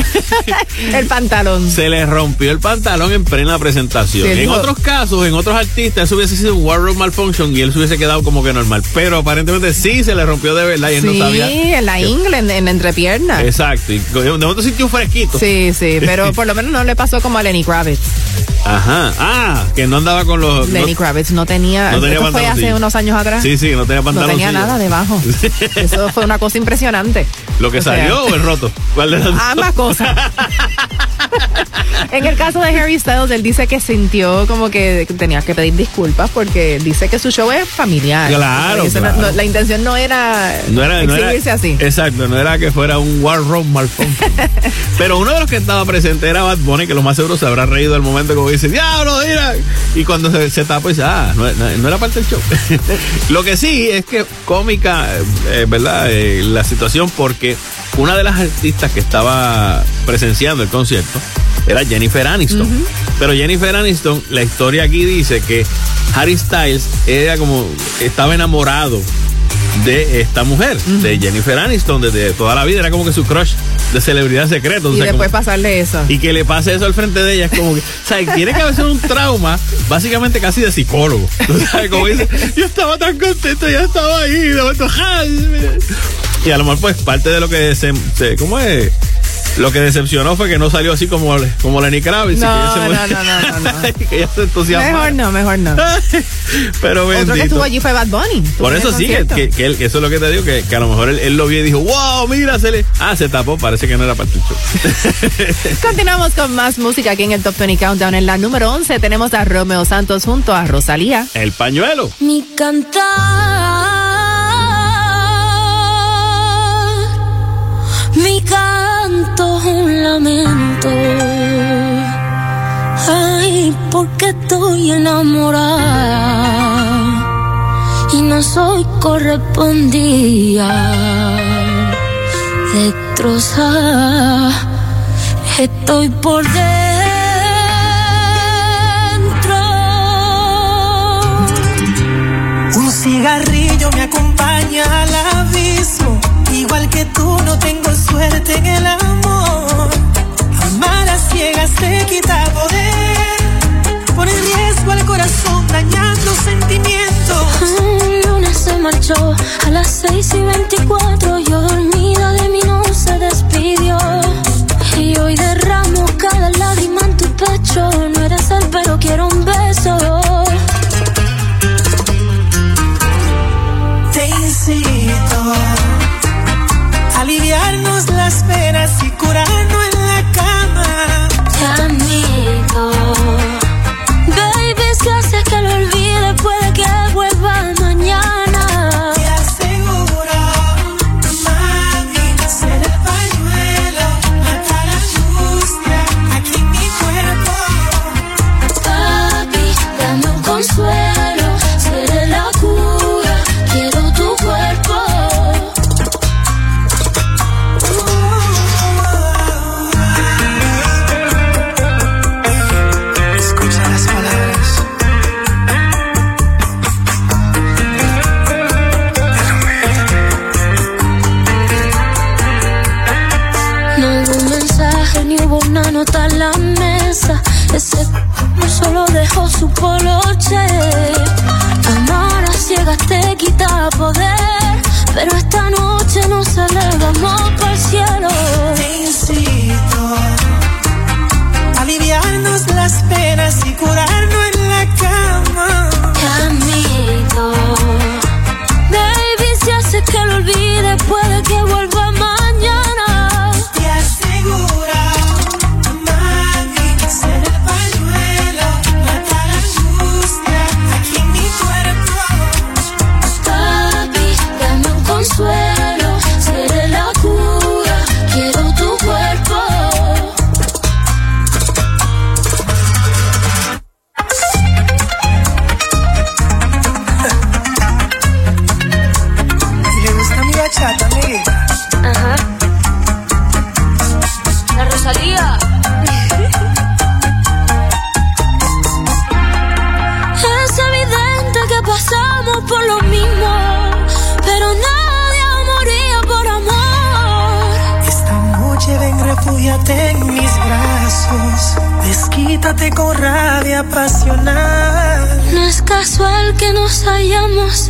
El pantalón. Se le rompió el pantalón en plena presentación. Sí, en otros casos, en otros artistas, eso hubiese sido un wardrobe malfunction y él se hubiese quedado como que normal. Pero aparentemente sí se le rompió de verdad y él no sabía. Sí, en la ingle, en la entrepierna. Exacto. Y de momento sintió un fresquito. Sí, pero por lo menos no le pasó como a Lenny Kravitz. Ajá. Ah, que no andaba con los... Lenny Kravitz no tenía esto fue hace unos años atrás. Sí, no tenía pantalón. No tenía nada debajo. Eso fue una cosa impresionante. ¿Lo que salió o el roto? ¿Cuál de las dos? Ambas cosas. En el caso de Harry Styles, él dice que sintió como que tenía que pedir disculpas porque dice que su show es familiar. Claro, claro. La intención no era exhibirse así. Exacto, no era que fuera un wardrobe malfunction. Pero uno de los que estaba presente era Bad Bunny, que lo más seguro se habrá reído al momento como dice, ¡diablo, mira! Y cuando se tapa dice, no era parte del show. Lo que sí es que cómica, ¿verdad? La situación, porque una de las artistas que estaba presenciando el concierto era Jennifer Aniston. Pero Jennifer Aniston, la historia aquí dice que Harry Styles estaba enamorado de esta mujer, de Jennifer Aniston, desde toda la vida, era como que su crush de celebridad secreto. Y después pasarle eso. Y que le pase eso al frente de ella es como que, o sea, tiene que haber un trauma, básicamente casi de psicólogo. ¿Tú sabes? Como dice, yo estaba tan contento, ya estaba ahí, de momento, y a lo mejor pues parte de lo que ¿cómo es? Lo que decepcionó fue que no salió así como Lenny Kravitz. No. Que ella se entusiasmó. Mejor no. Pero bendito. Otro que estuvo allí fue Bad Bunny. Por eso sí, que él, eso es lo que te digo, que a lo mejor él lo vio y dijo, wow, mira, se tapó, parece que no era para el show. Continuamos con más música aquí en el Top 20 Countdown. En la número 11 tenemos a Romeo Santos junto a Rosalía. El pañuelo. Mi cantar, mi canto es un lamento. Ay, porque estoy enamorada y no soy correspondida. Destrozada estoy por dentro. Un cigarrillo me acompaña al abismo. Igual que tú no tengo suerte en el amor. Amar a ciegas te quita poder. Pone en riesgo al corazón, dañando sentimientos. El lunes se marchó a las 6:24. Yo dormida de mí no se despidió. Y hoy derramo cada lágrima en tu pecho. No eres él, pero quiero un beso. Te incito a aliviarnos las penas y curarnos en la cama. Te admito. Baby, si haces que lo olvide, puede que vuelva mañana. Te aseguro, mami, ser el pañuelo, mata la angustia aquí en mi cuerpo. Papi, dame un consuelo, seré la cura, quiero tu cuerpo. Escucha las palabras. No hubo un mensaje ni hubo una nota en la mesa. Ese solo dejó su poloche. Amar a ciegas te quita poder, pero esta noche nos elevamos para el cielo. Te incito a aliviarnos las penas y curarnos en la cama. Te admito. Baby, si haces que lo olvide, puede que vuelva mañana. Te aseguro, mami, ser el pañuelo, mata la angustia aquí en mi cuerpo. Papi, dame un consuelo, seré la cura, quiero tu cuerpo. ¿Y le gusta mi bachata, amiguita? Ajá. La Rosalía. Es evidente que pasamos por lo mismo, pero nadie moría por amor. Esta noche ven, refúgiate en mis brazos, desquítate con rabia pasional. No es casual que nos hayamos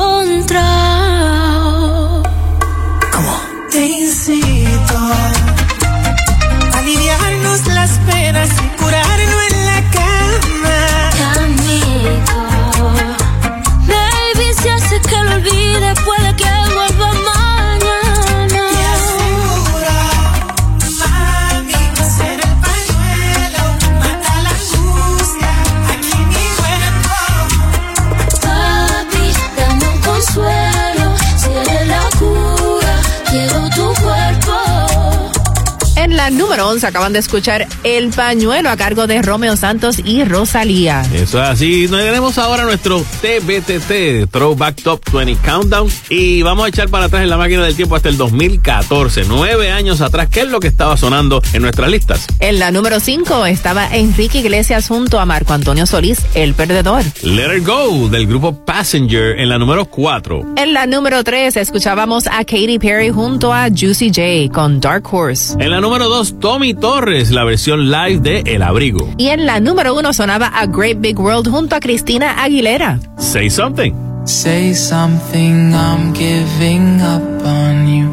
encontrado. Te incito a aliviarnos las penas y curarnos en la cama. Te admito. Baby, si haces que lo olvide, puede que vuelva mañana. Te aseguro, mami, ser el pañuelo, mata la angustia aquí en mi cuerpo. Papi, dame un consuelo, seré la cura, quiero tu cuerpo. En la número 11 acaban de escuchar El Pañuelo a cargo de Romeo Santos y Rosalía. Eso es así. Nos tenemos ahora nuestro TBTT, Throwback Top 20 Countdown. Y vamos a echar para atrás en la máquina del tiempo hasta el 2014, 9 años atrás. ¿Qué es lo que estaba sonando en nuestras listas? En la número 5 estaba Enrique Iglesias junto a Marco Antonio Solís, El Perdedor. Let It Go, del grupo Passenger, en la número 4. En la número 3 escuchábamos a Katy Perry junto a Juicy J con Dark Horse. En la número 2, Tommy Torres, la versión live de El Abrigo. Y en la número 1 sonaba A Great Big World junto a Cristina Aguilera. Say Something. Say something, I'm giving up on you.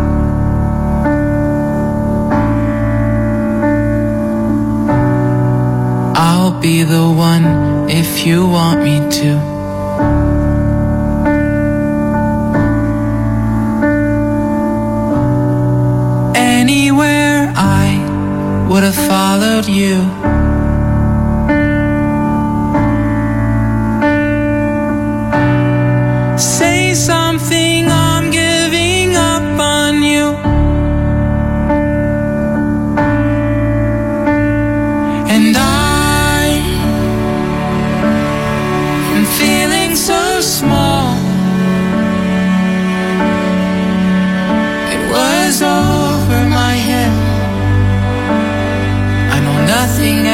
I'll be the one if you want me to. Anywhere I would have followed you. Say something, I'm giving up on you. And I am feeling so small. It was over my head. I know nothing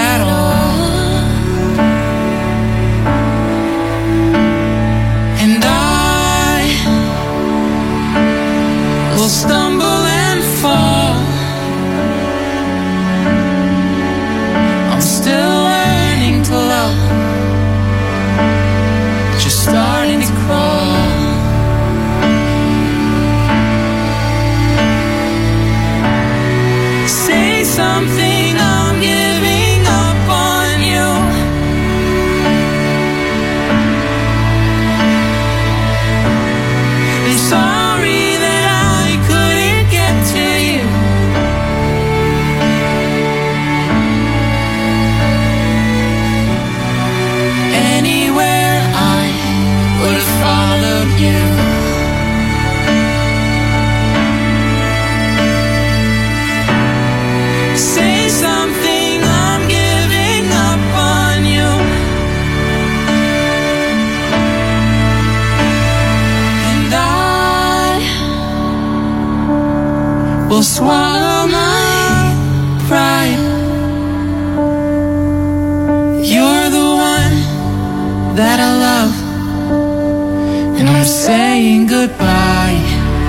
that I love, and I'm saying goodbye.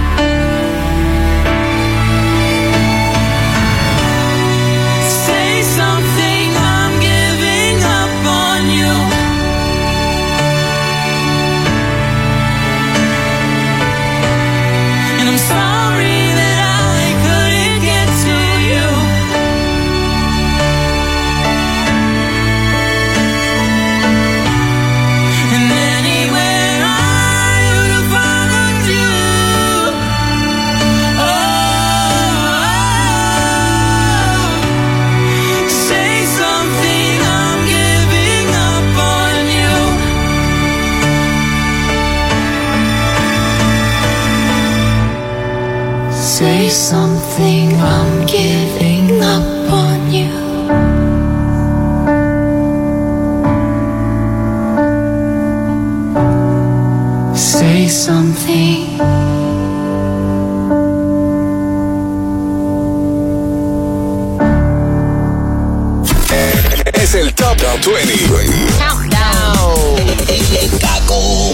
Say something, I'm giving up on you. And I'm sorry that I couldn't get to you. And anywhere I would have followed you. Oh, say something, I'm giving up on you. Say something, I'm giving up on you. Say something. Es el Top 20. El Caco.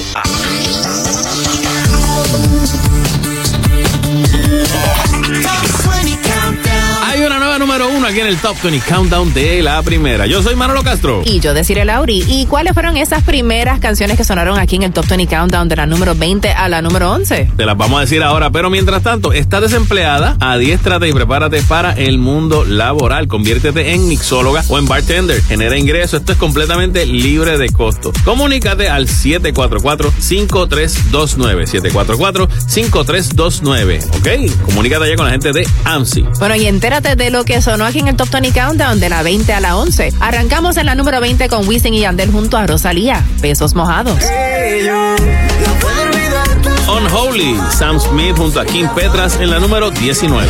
Hay una nueva número 1 aquí en el Top 20 Countdown de la primera. Yo soy Manolo Castro. Y yo, Desiree Lauri. ¿Y cuáles fueron esas primeras canciones que sonaron aquí en el Top 20 Countdown de la número 20 a la número 11? Te las vamos a decir ahora, pero mientras tanto, ¿estás desempleada? Adiéstrate y prepárate para el mundo laboral. Conviértete en mixóloga o en bartender. Genera ingresos. Esto es completamente libre de costo. Comunícate al 744-5329. 744-5329. ¿Ok? Comunícate ya con la gente de AMSI. Bueno, y entérate de lo que sonó aquí en el Top 20 Countdown de la 20 a la 11. Arrancamos en la número 20 con Wisin y Yandel junto a Rosalía. Besos mojados. Unholy, Sam Smith junto a Kim Petras en la número 19.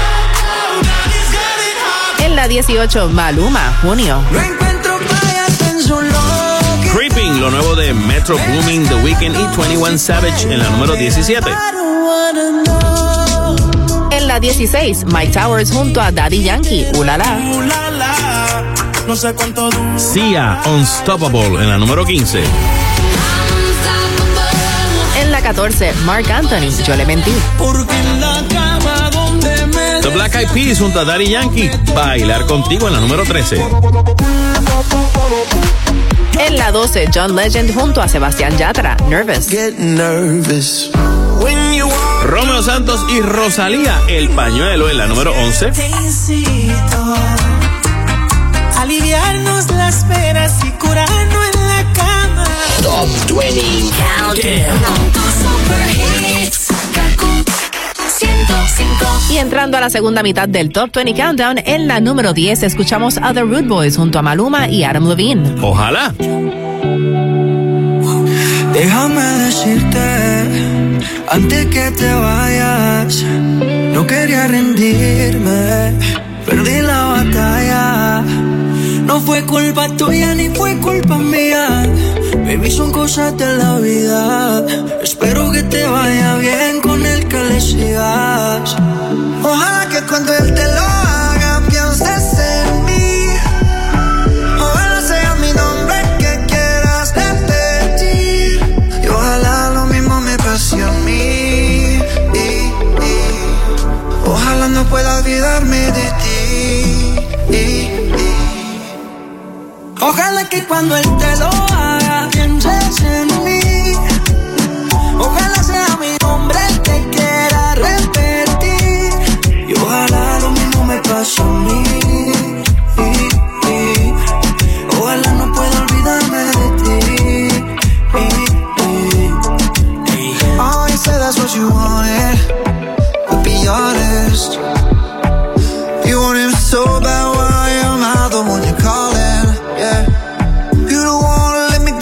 En la 18, Maluma, Junio. Creeping, lo nuevo de Metro Boomin, The Weeknd y 21 Savage en la número 17. En la 16, Mike Towers junto a Daddy Yankee, Ulala. No sé cuánto dura. Sia, Unstoppable en la número 15. En la 14, Marc Anthony, Yo le mentí. Porque en la cama donde me The Black Eyed Peas junto a Daddy Yankee, Bailar contigo en la número 13. En la 12, John Legend junto a Sebastián Yatra, Nervous. Get nervous. Romeo Santos y Rosalía, El Pañuelo en la número 11. Te incito a aliviarnos las penas y curarnos en la cama. Top 20 Countdown. Y entrando a la segunda mitad del Top 20 Countdown, en la número 10 escuchamos a The Rude Boys junto a Maluma y Adam Levine. Ojalá. Déjame decirte, antes que te vayas, no quería rendirme, perdí la batalla. No fue culpa tuya ni fue culpa mía, baby, son cosas de la vida. Espero que te vaya bien con el que le sigas. Ojalá que cuando él te lo haga pienses en mí. Ojalá sea mi nombre que quieras repetir. Y ojalá lo mismo me pase a mí. Ojalá no pueda olvidarme de ti. Ojalá que cuando él te lo haga pienses en mí. Ojalá sea mi nombre el que quiera repetir. Y ojalá lo mismo me pase a mí. Ojalá no pueda olvidarme de ti. Oh, you said that's what you wanted, but be honest. You want him so bad, why am I the one you're calling? Yeah. You don't wanna let me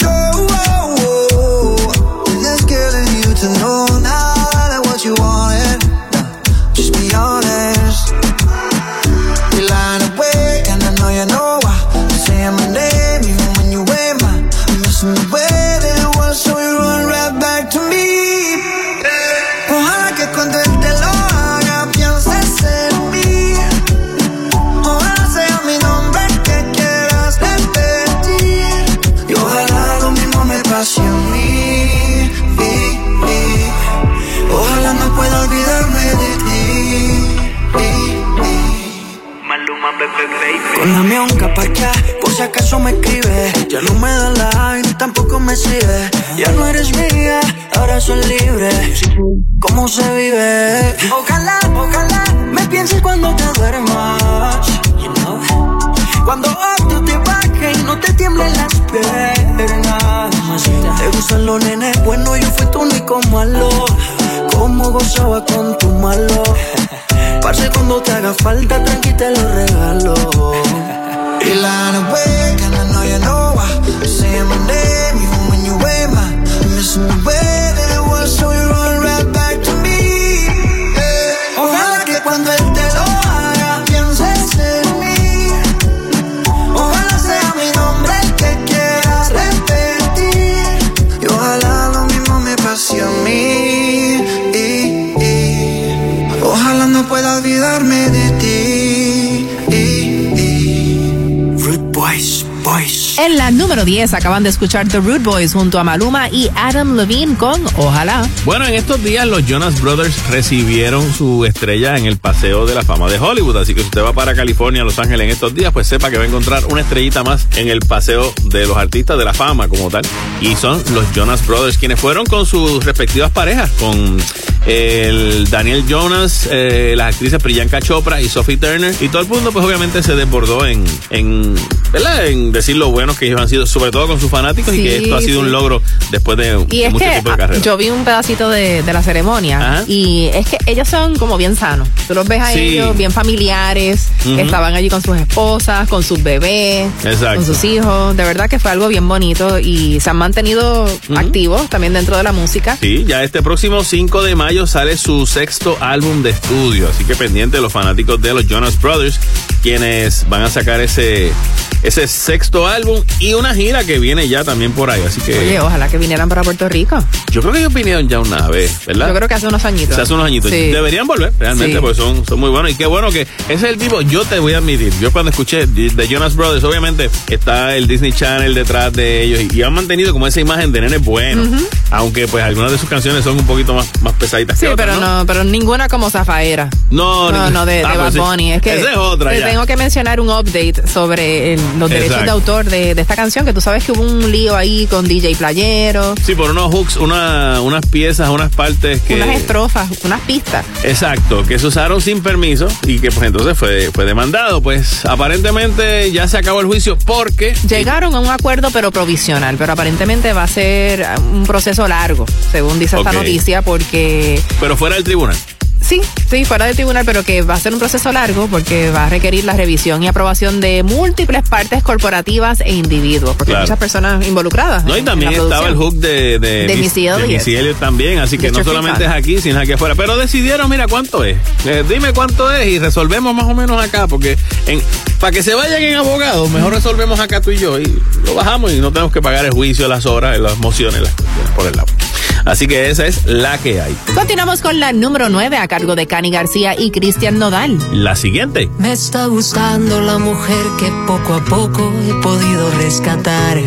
Con la mionca pa' acá, por si acaso me escribe. Ya no me da like, tampoco me sigue. Ya no eres mía, ahora soy libre. ¿Cómo se vive? Ojalá, ojalá me pienses cuando te duermas. You know? Cuando otro te baje y no te tiemblen las piernas. Te gustan los nenes, bueno, yo fui tu único malo. Cómo gozaba con tu malo. Parce, cuando te haga falta, tranqui te lo regalo. Y la nube, and I know you know why. Say my name, even when you weigh my. Missing the way that it was, so you run right back to me. Yeah. Ojalá que cuando él te lo haga, pienses en mí. Ojalá sea mi nombre el que quieras repetir. Y ojalá lo mismo me pase a mí. Ojalá no pueda olvidarme de ti. Rude Boys. En la número 10 acaban de escuchar The Rude Boys junto a Maluma y Adam Levine con Ojalá. Bueno, en estos días los Jonas Brothers recibieron su estrella en el Paseo de la Fama de Hollywood, así que si usted va para California, Los Ángeles en estos días, pues sepa que va a encontrar una estrellita más en el Paseo de los Artistas de la Fama como tal, y son los Jonas Brothers quienes fueron con sus respectivas parejas, con el Daniel Jonas, las actrices Priyanka Chopra y Sophie Turner, y todo el mundo pues obviamente se desbordó en ¿verdad? En decir lo buenos que ellos han sido, sobre todo con sus fanáticos, sí, y que esto ha sido un logro después de mucho tiempo de carrera. Yo vi un pedacito de la ceremonia. Ajá. Y es que ellos son como bien sanos. Tú los ves a ellos bien familiares, estaban allí con sus esposas, con sus bebés, con sus hijos. De verdad que fue algo bien bonito y se han mantenido activos también dentro de la música. Sí, ya este próximo 5 de mayo sale su 6º álbum de estudio, así que pendiente los fanáticos de los Jonas Brothers, quienes van a sacar ese 6º álbum y una gira que viene ya también por ahí, así que... Oye, ojalá que vinieran para Puerto Rico. Yo creo que ellos vinieron ya una vez, ¿verdad? Yo creo que hace unos añitos. Hace unos añitos. Sí. Deberían volver, realmente, porque son muy buenos. Y qué bueno que ese es el tipo, yo te voy a admitir, yo cuando escuché de Jonas Brothers, obviamente está el Disney Channel detrás de ellos y han mantenido como esa imagen de nenes buenos, aunque pues algunas de sus canciones son un poquito más pesaditas que otras, pero no, pero ninguna como Zafaera. No, de Bad Bunny. Es que esa es otra ya. Tengo que mencionar un update sobre los derechos de autor de esta canción, que tú sabes que hubo un lío ahí con DJ Playero. Sí, por unos hooks, unas piezas, unas partes que... Unas estrofas, unas pistas. Exacto, que se usaron sin permiso y que pues entonces fue demandado. Pues aparentemente ya se acabó el juicio porque... Llegaron a un acuerdo pero provisional, pero aparentemente va a ser un proceso largo, según dice esta noticia, porque... Pero fuera del tribunal. Sí, fuera del tribunal, pero que va a ser un proceso largo porque va a requerir la revisión y aprobación de múltiples partes corporativas e individuos, porque hay muchas personas involucradas. No, y también estaba el hook de Missy Elliott también, así que no solamente es aquí, sino aquí afuera. Pero decidieron, mira, ¿cuánto es? Dime cuánto es y resolvemos más o menos acá, porque para que se vayan en abogados, mejor resolvemos acá tú y yo y lo bajamos y no tenemos que pagar el juicio, las horas, las mociones, las cuestiones por el lado. Así que esa es la que hay. Continuamos con la número 9 a cargo de Cani García y Cristian Nodal. La siguiente. Me está gustando la mujer que poco a poco he podido rescatar.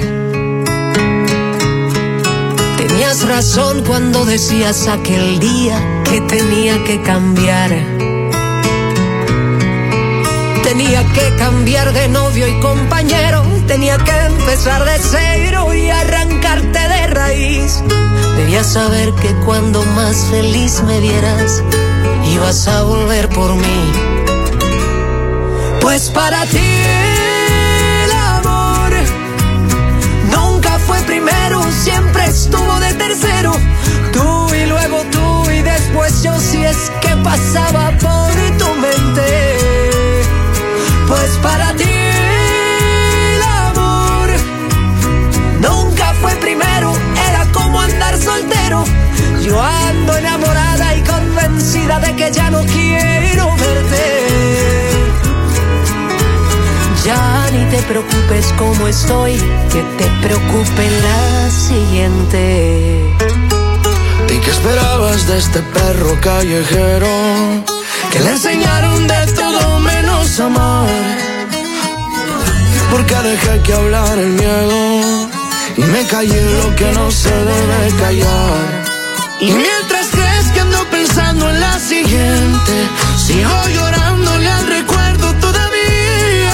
Tenías razón cuando decías aquel día que tenía que cambiar. Tenía que cambiar de novio y compañero. Tenía que empezar de cero y arrancarte de raíz. Debías saber que cuando más feliz me vieras, ibas a volver por mí. Pues para ti el amor nunca fue primero, siempre estuvo de tercero. Tú y luego tú y después yo, si es que pasaba por tu mente. Pues para ti el amor nunca fue primero, era como andar soltero. Yo ando enamorada y convencida de que ya no quiero verte. Ya ni te preocupes como estoy, que te preocupe la siguiente. ¿Y qué esperabas de este perro callejero? Que le enseñaron de todo menos amar. Porque dejé que hablara el miedo y me callé lo que no se debe callar. Y mientras crees que ando pensando en la siguiente, sigo llorándole al recuerdo todavía.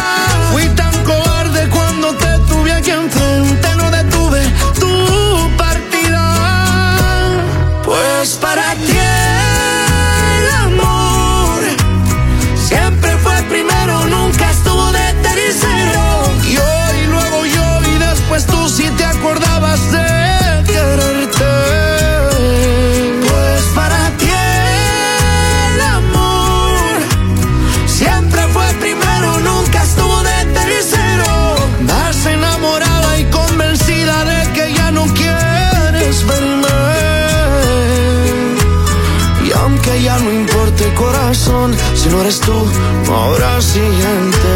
Si no eres tú, no habrá siguiente.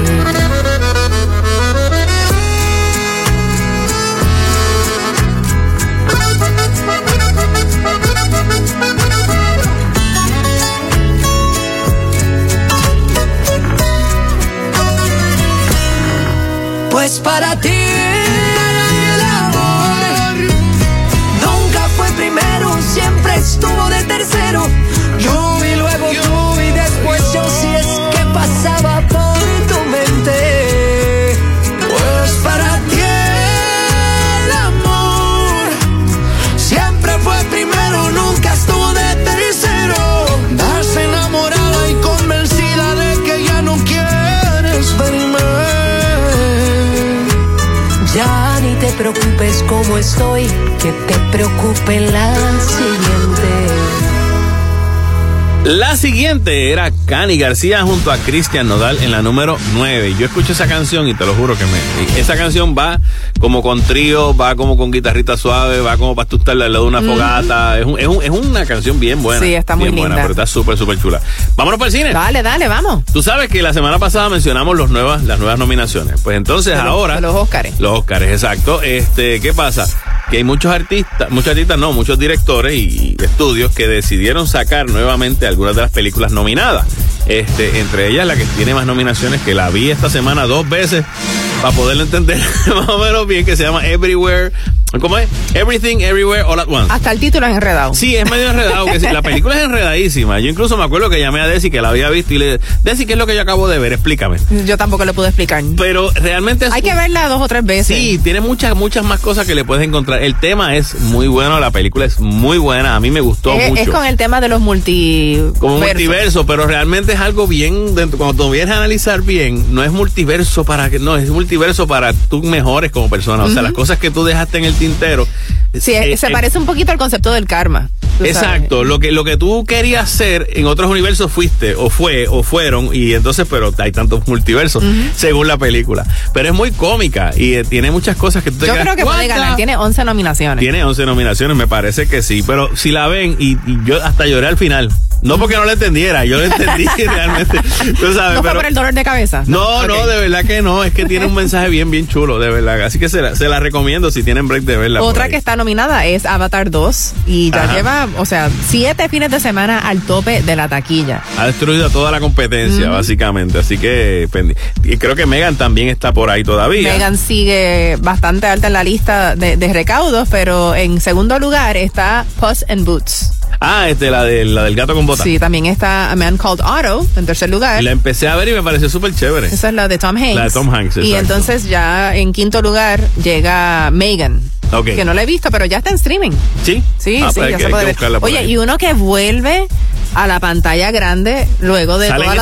Pues para ti el amor nunca fue primero, siempre estuvo de tercero. Yo y luego tú y después yo, si es que pasaba por tu mente. Pues para ti el amor siempre fue primero, nunca estuvo de tercero. Estás enamorada y convencida de que ya no quieres verme. Ya ni te preocupes como estoy, que te preocupe la siguiente. La siguiente era Cani García junto a Cristian Nodal en la número 9. Yo escucho esa canción y te lo juro que esa canción va como con trío, va como con guitarrita suave, va como para tú estar al lado de una fogata. Es una canción bien buena. Sí, está muy linda. Buena, pero está súper chula. Vámonos para el cine. Dale, vamos. Tú sabes que la semana pasada mencionamos las nuevas nominaciones. Pues entonces ahora... Los Óscares. Los Óscares, exacto. ¿Qué pasa? Que hay muchos directores y estudios que decidieron sacar nuevamente algunas de las películas nominadas. Entre ellas la que tiene más nominaciones, que la vi esta semana 2 veces para poderlo entender más o menos bien, que se llama Everywhere. ¿Cómo es? Everything, Everywhere, All at Once. Hasta el título es enredado. Sí, es medio enredado. Que sí, la película es enredadísima. Yo incluso me acuerdo que llamé a Desi, que la había visto, y le dije, Desi, ¿qué es lo que yo acabo de ver? Explícame. Yo tampoco le pude explicar. Pero realmente... Hay que verla 2 o 3 veces. Sí, tiene muchas más cosas que le puedes encontrar. El tema es muy bueno, la película es muy buena. A mí me gustó mucho. Es con el tema de los multiversos. Como multiverso, pero realmente es algo bien... Cuando tú vienes a analizar bien, no es multiverso es multiverso para tú mejores como persona. O sea, las cosas que tú dejaste en el tintero... Sí, se parece un poquito al concepto del karma. Exacto, lo que tú querías ser en otros universos fuiste, o fueron, y entonces, pero hay tantos multiversos, según la película. Pero es muy cómica y tiene muchas cosas que tú te Yo creo que puede ganar, tiene 11 nominaciones. Tiene 11 nominaciones, me parece que sí, pero si la ven, y yo hasta lloré al final. No porque no la entendiera, yo la entendí realmente. Tú sabes, ¿No fue por el dolor de cabeza? No, de verdad que no. Es que tiene un mensaje bien chulo, de verdad. Así que se la recomiendo si tienen break de verla. Otra que está nominada es Avatar 2 y ya lleva, 7 fines de semana al tope de la taquilla. Ha destruido toda la competencia, básicamente. Así que y creo que Megan también está por ahí todavía. Megan sigue bastante alta en la lista de recaudos, pero en segundo lugar está Puss in Boots. La del gato con botas. Sí, también está A Man Called Otto en tercer lugar. La empecé a ver y me pareció súper chévere. Esa es la de Tom Hanks. La de Tom Hanks, exacto. Y entonces ya en quinto lugar llega Megan. Okay. Que no la he visto, pero ya está en streaming. ¿Sí? Sí, pues ya se puede ver. Oye, y uno que vuelve a la pantalla grande luego de toda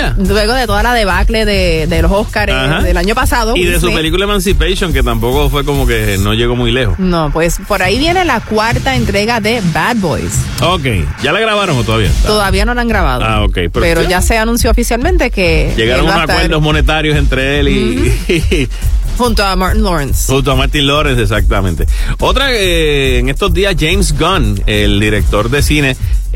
la debacle de los Óscares del año pasado. Y de su película Emancipation, que tampoco fue como que no llegó muy lejos. No, pues por ahí viene la 4ª entrega de Bad Boys. Ok, ¿ya la grabaron o todavía está? Todavía no la han grabado. Ok. Pero ya se anunció oficialmente que... Llegaron a acuerdos monetarios entre él y... Junto a Martin Lawrence. Exactamente. Otra, en estos días, James Gunn, el director de cine,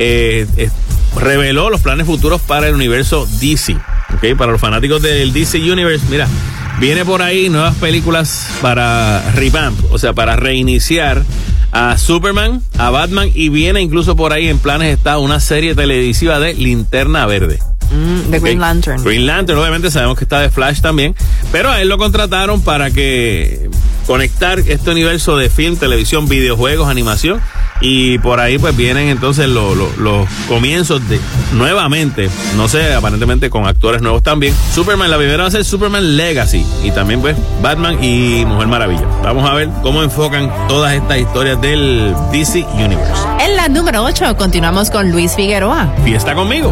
reveló los planes futuros para el universo DC. Okay, para los fanáticos del DC Universe, mira, viene por ahí nuevas películas para revamp, o sea, para reiniciar a Superman, a Batman, y viene incluso por ahí en planes está una serie televisiva de Linterna Verde. De Green Lantern. Green Lantern, obviamente sabemos que está de Flash también, pero a él lo contrataron para que conectar este universo de film, televisión, videojuegos, animación, y por ahí pues vienen entonces los comienzos de nuevamente, no sé, aparentemente con actores nuevos también. Superman, la primera va a ser Superman Legacy, y también pues Batman y Mujer Maravilla. Vamos a ver cómo enfocan todas estas historias del DC Universe. En la número 8 continuamos con Luis Figueroa. Fiesta conmigo.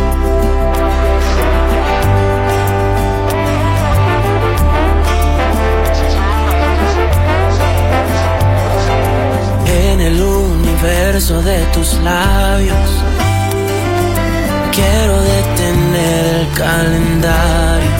De tus labios quiero detener el calendario,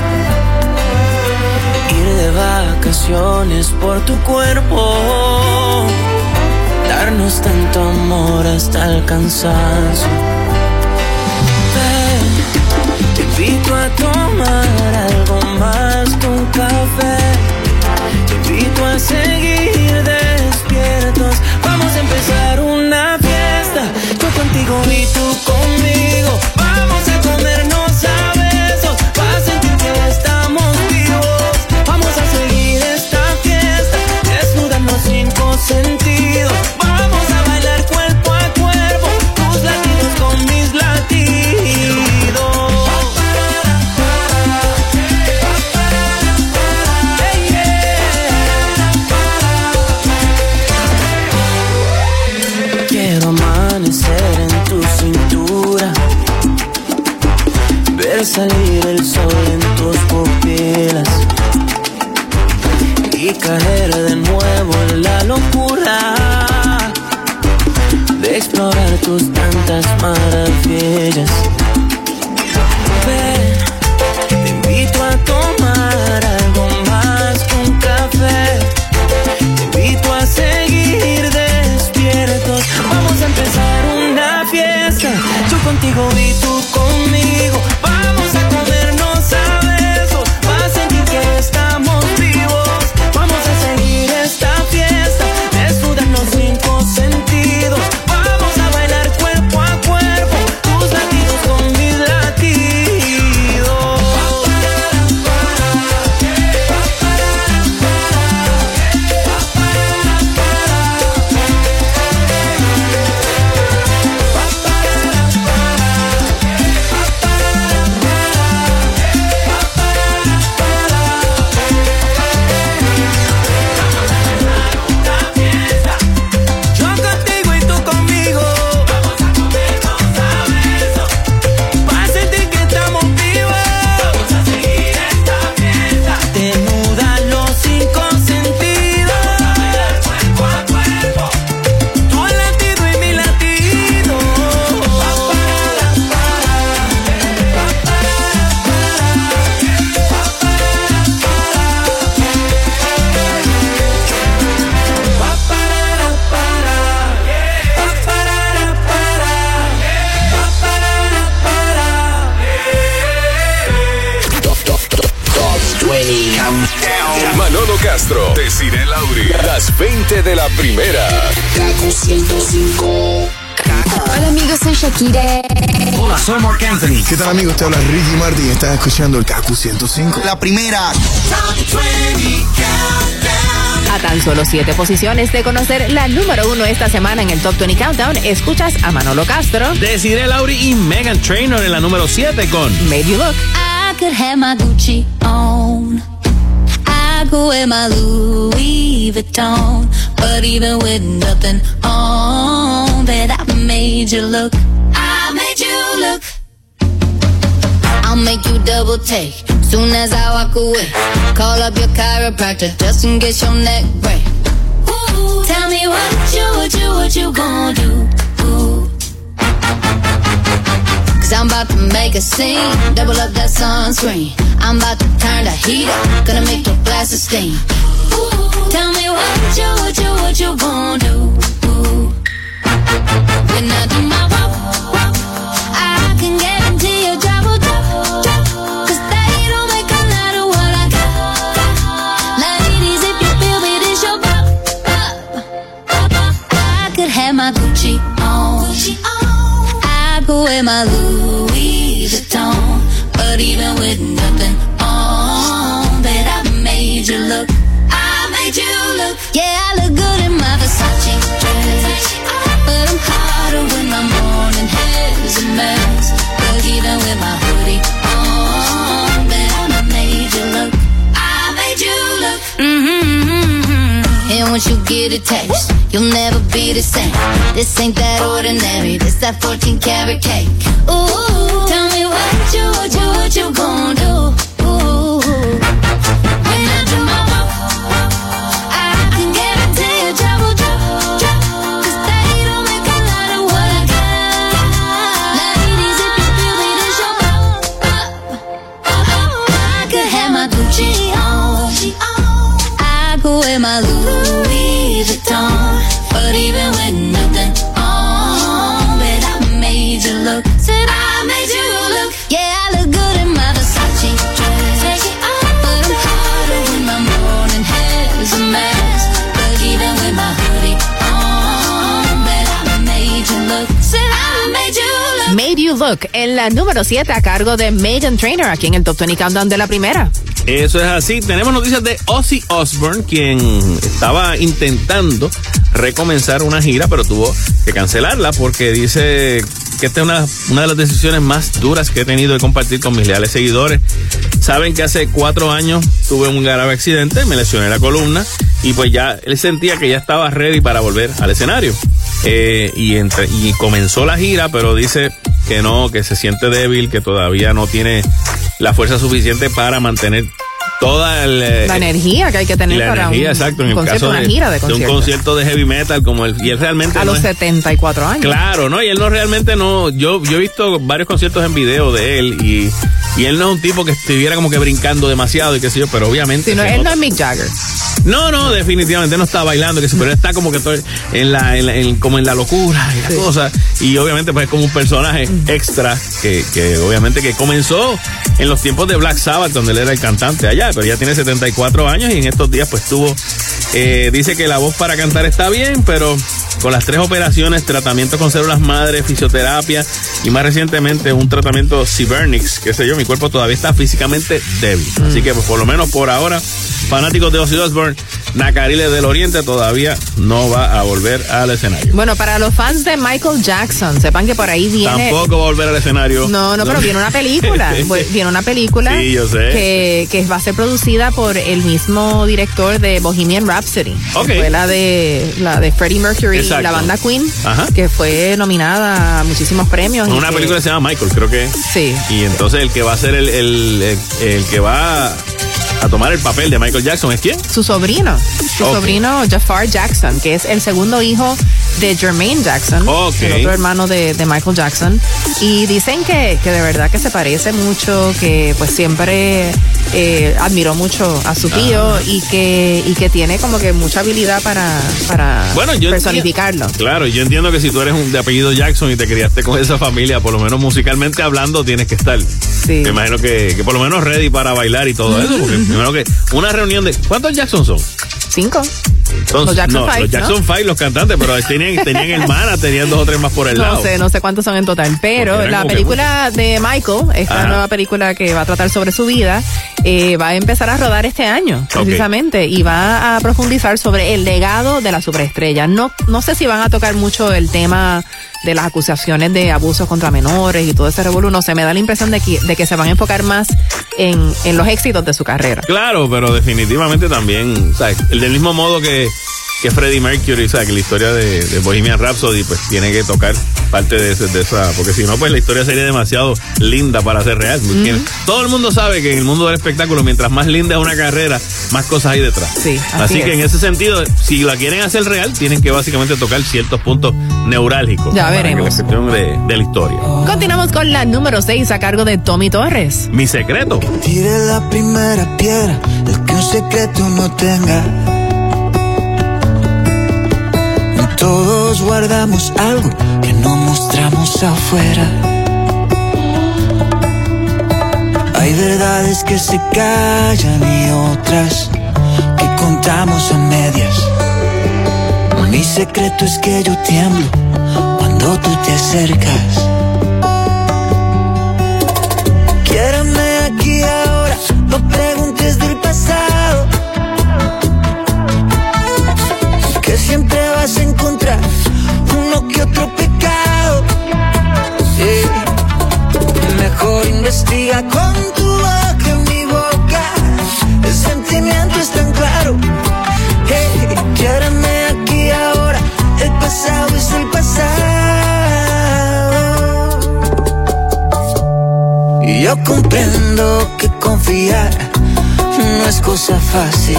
ir de vacaciones por tu cuerpo, darnos tanto amor hasta el cansancio. Ven, Te invito a tomar algo más que un café. Te invito a seguir despiertos. Vamos a empezar una fiesta. Yo contigo y tú conmigo. Vamos a comernos a besos. Vas a sentir que estamos vivos. Vamos a seguir esta fiesta. Desnudan los 5 sentidos. Vamos a bailar cuerpo a cuerpo. Tus latidos con mis latidos. Quiero amanecer en tu cintura, ver salir el sol en tus pupilas y caer de nuevo en la locura de explorar tus tantas maravillas. Ven, te invito a tomar algo más que un café. Te invito a seguir despiertos. Vamos a empezar una fiesta. Yo contigo y tú conmigo. Vamos a comernos a besos. Vas a sentir que estamos vivos. Vamos a seguir esta fiesta. Desnudan los 5 sentidos. Vamos a bailar cuerpo a cuerpo. Tus latidos con mis latidos. Yo contigo y tú conmigo. Vamos a comernos a besos. Vas a sentir que estamos vivos. Vamos a seguir esta fiesta. Desnudan los 5 sentidos. Vamos a bailar cuerpo a cuerpo. Tu latido y mi latido. Top 20 Countdown. Manolo Castro, Desiree Lauri. Las 20 de la primera. Kaku 105. Hola amigos, soy Shakira. Hola, soy Mark Anthony. ¿Qué tal amigos? Te habla Ricky Martin y estás escuchando el Kaku 105. La primera. A tan solo 7 posiciones de conocer la número 1 esta semana en el Top 20 Countdown, escuchas a Manolo Castro, Desiree Lauri y Megan Trainor en la número 7 con Made You Look. I could have my Gucci on. I could wear my Louis Vuitton. But even with nothing on, that I made you look. I made you look. I'll make you double take soon as I walk away. Call up your chiropractor just in case your neck break. Ooh, tell me what you gonna do? Ooh. Cause I'm about to make a scene, double up that sunscreen. I'm about to turn the heat up, gonna make your glasses steam. Ooh, tell me what you gonna do? Ooh. When I do my walk, I can guarantee your job will drop. Cause they don't make a lot of what I got. Ladies, if you feel me, this your pop. I could have my Gucci on. I could wear my Louis Vuitton. But even with nothing on, that I made you look. I made you look. Yeah, I look good in my Versace dress. But I'm hotter when my morning hair's a mess. But even with my hoodie on, that I made you look. I made you look. And once you get a taste, you'll never be the same. This ain't that ordinary, this that 14 karat cake. Ooh, tell me what you gonna do? Ooh, when I do my walk, I can guarantee your job will drop. Cause they don't make a lot of what I got. Ladies, if you feel me, this your pop. I could have my Gucci on. I could wear my Louis Vuitton. But even with nothing on, but I made you look. Said I made you look. Yeah, I look good. You Look en la número 7 a cargo de Meghan Trainor aquí en el Top 20 Countdown de la primera. Eso es así. Tenemos noticias de Ozzy Osbourne, quien estaba intentando recomenzar una gira, pero tuvo que cancelarla porque dice que esta es una de las decisiones más duras que he tenido de compartir con mis leales seguidores. Saben que hace 4 años tuve un grave accidente, me lesioné la columna y pues ya él sentía que ya estaba ready para volver al escenario. Y comenzó la gira, pero dice que no, que se siente débil, que todavía no tiene la fuerza suficiente para mantener toda la energía que hay que tener para exacto, en el caso una gira de un concierto de heavy metal como él, y él realmente a los 74 años. Claro, ¿no? Y él no realmente no, yo he visto varios conciertos en video de él y él no es un tipo que estuviera como que brincando demasiado y qué sé yo, pero obviamente... Sí, no, él no es Mick Jagger. No, definitivamente no está bailando, pero él está como que todo como en la locura y la cosa, y obviamente pues es como un personaje extra que obviamente que comenzó en los tiempos de Black Sabbath, donde él era el cantante allá, pero ya tiene 74 años y en estos días pues dice que la voz para cantar está bien, pero con las 3 operaciones, tratamiento con células madre, fisioterapia y más recientemente un tratamiento Cybernix, qué sé yo, mi cuerpo todavía está físicamente débil. Así que pues, por lo menos por ahora, fanáticos de Ozzy Osbourne, Nacariles del Oriente todavía no va a volver al escenario. Bueno, para los fans de Michael Jackson, sepan que por ahí viene... Tampoco va a volver al escenario. No, pero viene una película. Viene una película sí, yo sé. Que va a ser producida por el mismo director de Bohemian Rhapsody. Okay. Que fue la de Freddie Mercury. Exacto. Y la banda Queen. Ajá. Que fue nominada a muchísimos premios. Una película que se llama Michael, creo que. Sí. Y entonces el que va a ser el que va a tomar el papel de Michael Jackson, ¿es quién? Su sobrino. Sobrino Jafar Jackson, que es el segundo hijo de Jermaine Jackson, el otro hermano de Michael Jackson. Y dicen que de verdad que se parece mucho, que pues siempre admiró mucho a su tío y que tiene como que mucha habilidad para personificarlo. Claro, yo entiendo que si tú eres de apellido Jackson y te criaste con esa familia, por lo menos musicalmente hablando tienes que estar. Sí. Me imagino que por lo menos ready para bailar y todo eso, porque me imagino que una reunión de... ¿Cuántos Jackson son? 5. Los Jackson 5, los Jackson 5, los cantantes, pero tenían hermanas, tenían 2 o 3 más por el lado. No sé cuántos son en total, pero la película de Michael, esta nueva película que va a tratar sobre su vida, va a empezar a rodar este año, precisamente, y va a profundizar sobre el legado de la superestrella. No sé si van a tocar mucho el tema de las acusaciones de abusos contra menores y todo ese revolú, no sé, me da la impresión de que se van a enfocar más en los éxitos de su carrera. Claro, pero definitivamente también, ¿sabes? Del mismo modo que Freddie Mercury, o sea, que la historia de Bohemian Rhapsody pues tiene que tocar parte de esa, porque si no pues la historia sería demasiado linda para ser real. Todo el mundo sabe que en el mundo del espectáculo, mientras más linda es una carrera, más cosas hay detrás. Sí, así que en ese sentido, si la quieren hacer real, tienen que básicamente tocar ciertos puntos neurálgicos. Ya veremos. La cuestión de la historia. Continuamos con la número 6 a cargo de Tommy Torres. Mi secreto. Tire la primera piedra, el que un secreto no tenga. Todos guardamos algo que no mostramos afuera. Hay verdades que se callan y otras que contamos en medias. Mi secreto es que yo tiemblo cuando tú te acercas. Quiérame aquí ahora, no preguntes del pasado, que siempre vas a encontrar uno que otro pecado. Mejor investiga con tu boca en mi boca. El sentimiento es tan claro. Quiérame aquí ahora. El pasado es el pasado. Y yo comprendo que confiar no es cosa fácil.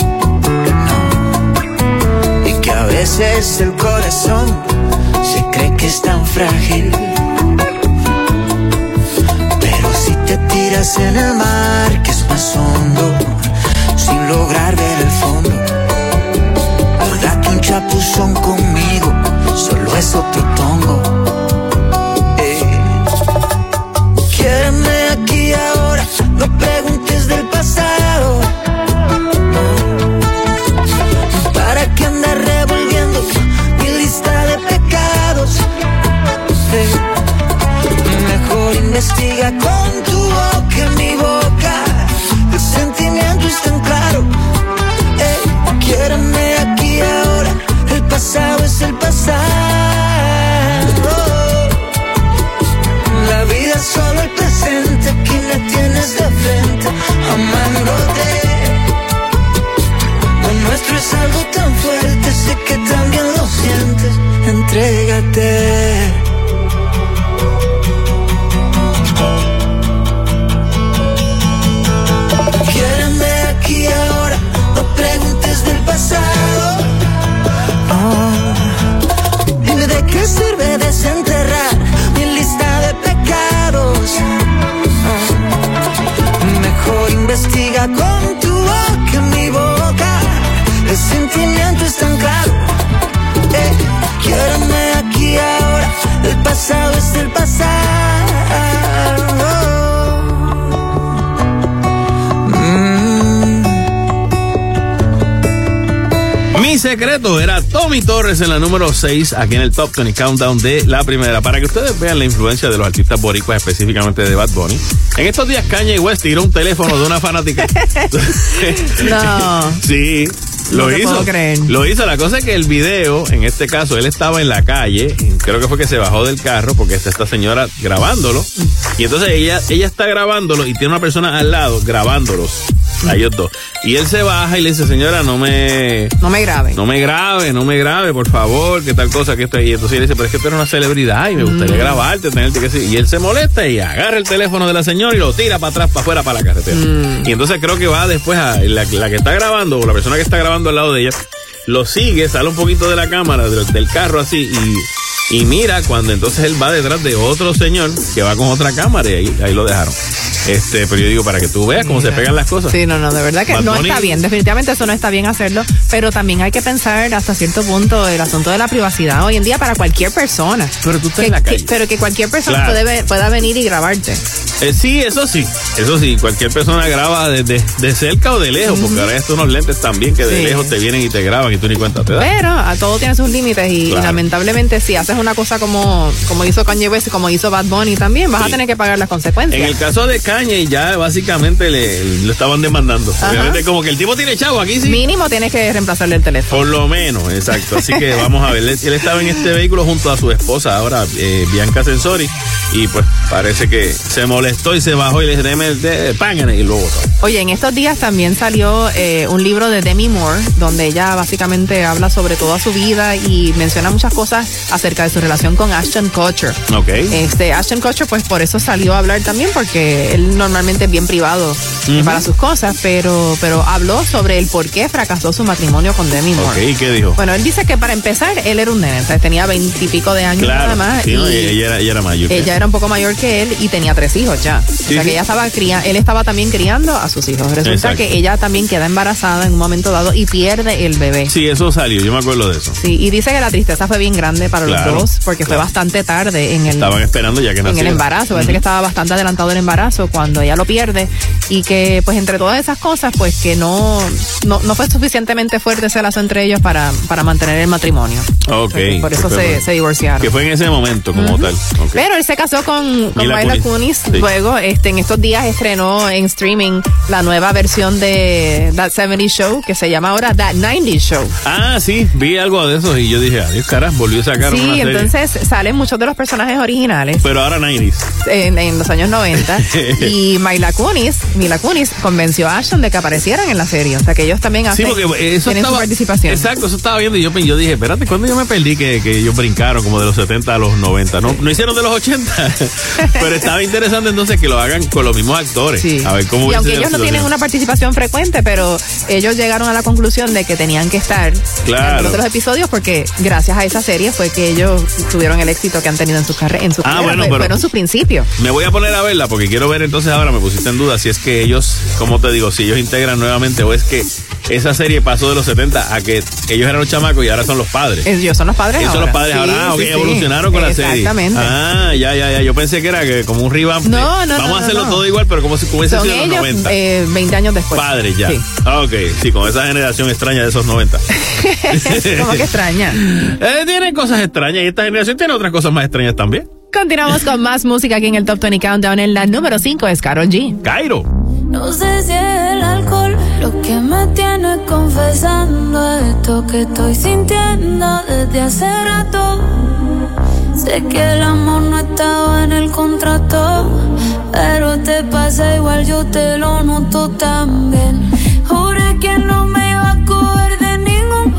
A veces el corazón se cree que es tan frágil, pero si te tiras en el mar que es más hondo, sin lograr ver el fondo, date un chapuzón conmigo, solo eso propongo. Quiéreme aquí ahora, no preguntes del pasado. ¿Para qué andar revolviendo mi lista de pecados? pasar. La vida es solo el presente, aquí me tienes de frente, amándote. Lo nuestro es algo tan fuerte, sé que también lo sientes, entrégate. Quiéreme aquí ahora, no preguntes del pasado. Dime de qué sirve desenterrar mi lista de pecados. Mejor investiga con tu boca en mi boca. El sentimiento es tan claro. Quiéreme aquí ahora, el pasado es el pasado. Mi secreto era Tommy Torres en la número 6, aquí en el Top 20 Countdown de la primera. Para que ustedes vean la influencia de los artistas boricuas, específicamente de Bad Bunny. En estos días Kanye West tiró un teléfono de una fanática. No. Sí. Lo hizo. Puedo creer. Lo hizo. La cosa es que el video, en este caso, él estaba en la calle. Creo que fue que se bajó del carro porque está esta señora grabándolo. Y entonces ella está grabándolo y tiene una persona al lado grabándolos. A ellos dos. Y él se baja y le dice, señora, no me grabe. No me grabe, por favor, que tal cosa que esto. Y entonces él dice, pero es que tú eres una celebridad y me gustaría grabarte, tenerte que decir. Y él se molesta y agarra el teléfono de la señora y lo tira para atrás, para afuera, para la carretera. Y entonces creo que va después a la que está grabando, o la persona que está grabando al lado de ella, lo sigue, sale un poquito de la cámara, del carro así, y mira cuando entonces él va detrás de otro señor que va con otra cámara y ahí lo dejaron. Pero yo digo, para que tú veas cómo se pegan las cosas. Sí, no, de verdad que Bad no Bunny está bien. Definitivamente eso no está bien hacerlo, pero también hay que pensar hasta cierto punto el asunto de la privacidad hoy en día para cualquier persona. Pero tú estás en la calle. Pero que cualquier persona pueda venir y grabarte. Sí, eso sí, cualquier persona graba de cerca o de lejos, porque ahora estos unos lentes también que de lejos te vienen y te graban y tú ni cuenta te das. Pero a todo tiene sus límites y lamentablemente si haces una cosa como hizo Kanye West y como hizo Bad Bunny también, vas a tener que pagar las consecuencias. En el caso de Kanye ya básicamente lo estaban demandando. Obviamente como que el tipo tiene chavo aquí, sí. Mínimo tienes que reemplazarle el teléfono. Por lo menos, exacto. Así que vamos a ver, él estaba en este vehículo junto a su esposa ahora, Bianca Censori, y pues parece que se molestó y se bajó y le dice, págane, y luego botó. Oye, en estos días también salió un libro de Demi Moore, donde ella básicamente habla sobre toda su vida y menciona muchas cosas acerca de su relación con Ashton Kutcher. Ashton Kutcher, pues por eso salió a hablar también, porque él normalmente es bien privado para sus cosas, pero habló sobre el por qué fracasó su matrimonio con Demi Moore. ¿Y qué dijo? Bueno, él dice que para empezar, él era un nene, o sea, tenía 20 y pico de años nada más. Sí, ella era mayor. Ella era un poco mayor que él y tenía 3 hijos ya. O sea que ella estaba él estaba también criando a sus hijos. Resulta que ella también queda embarazada en un momento dado y pierde el bebé. Sí, eso salió, yo me acuerdo de eso. Sí, y dice que la tristeza fue bien grande para los dos, porque fue bastante tarde estaban esperando ya que nació. En el embarazo, parece que estaba bastante adelantado el embarazo cuando ella lo pierde, y que pues entre todas esas cosas, pues que no fue suficientemente fuerte ese lazo entre ellos para mantener el matrimonio. Por eso se divorciaron. Que fue en ese momento como tal. Pero él se casó con Mila Kunis. Luego, en estos días estrenó en streaming la nueva versión de That 70's Show, que se llama ahora That 90's Show. Ah, sí, vi algo de eso y yo dije, adiós, caras, volvió a sacar una serie. Sí, entonces salen muchos de los personajes originales. Pero ahora 90's. En los años 90. Y Mila Kunis convenció a Ashton de que aparecieran en la serie. O sea, que ellos también tienen su participación. Exacto, eso estaba viendo y yo dije, espérate, ¿cuándo yo me perdí que ellos brincaron como de los 70 a los 90? No hicieron de los 80. Pero estaba interesante entonces que lo hagan con los mismos actores. Sí. A ver cómo. Y aunque ellos no tienen una participación frecuente, pero ellos llegaron a la conclusión de que tenían que estar en otros episodios, porque gracias a esa serie fue que ellos tuvieron el éxito que han tenido en sus carreras. Fueron sus principios. Me voy a poner a verla porque quiero ver entonces, ahora me pusiste en duda si es que ellos, como te digo, si ellos integran nuevamente o es que esa serie pasó de los 70 a que ellos eran los chamacos y ahora son los padres. Ellos son los padres ahora. Ellos son los padres ahora. Sí, evolucionaron con la serie. Exactamente. Ya. Yo pensé que era como un revamp. Vamos a hacerlo todo igual, pero como si hubiese sido los 90. 20 años después. Padres ya. Sí. Sí, con esa generación extraña de esos 90. ¿Cómo que extraña? Tienen cosas extrañas y esta generación tiene otras cosas más extrañas también. Continuamos con más música aquí en el Top 20 Countdown. En la número 5 es Karol G. Cairo. No sé si es el alcohol lo lo que me tiene confesando esto que estoy sintiendo desde hace rato. Sé que el amor no estaba en el contrato, pero te pasa igual, yo te lo noto también. Juré que no me iba a coger de ningún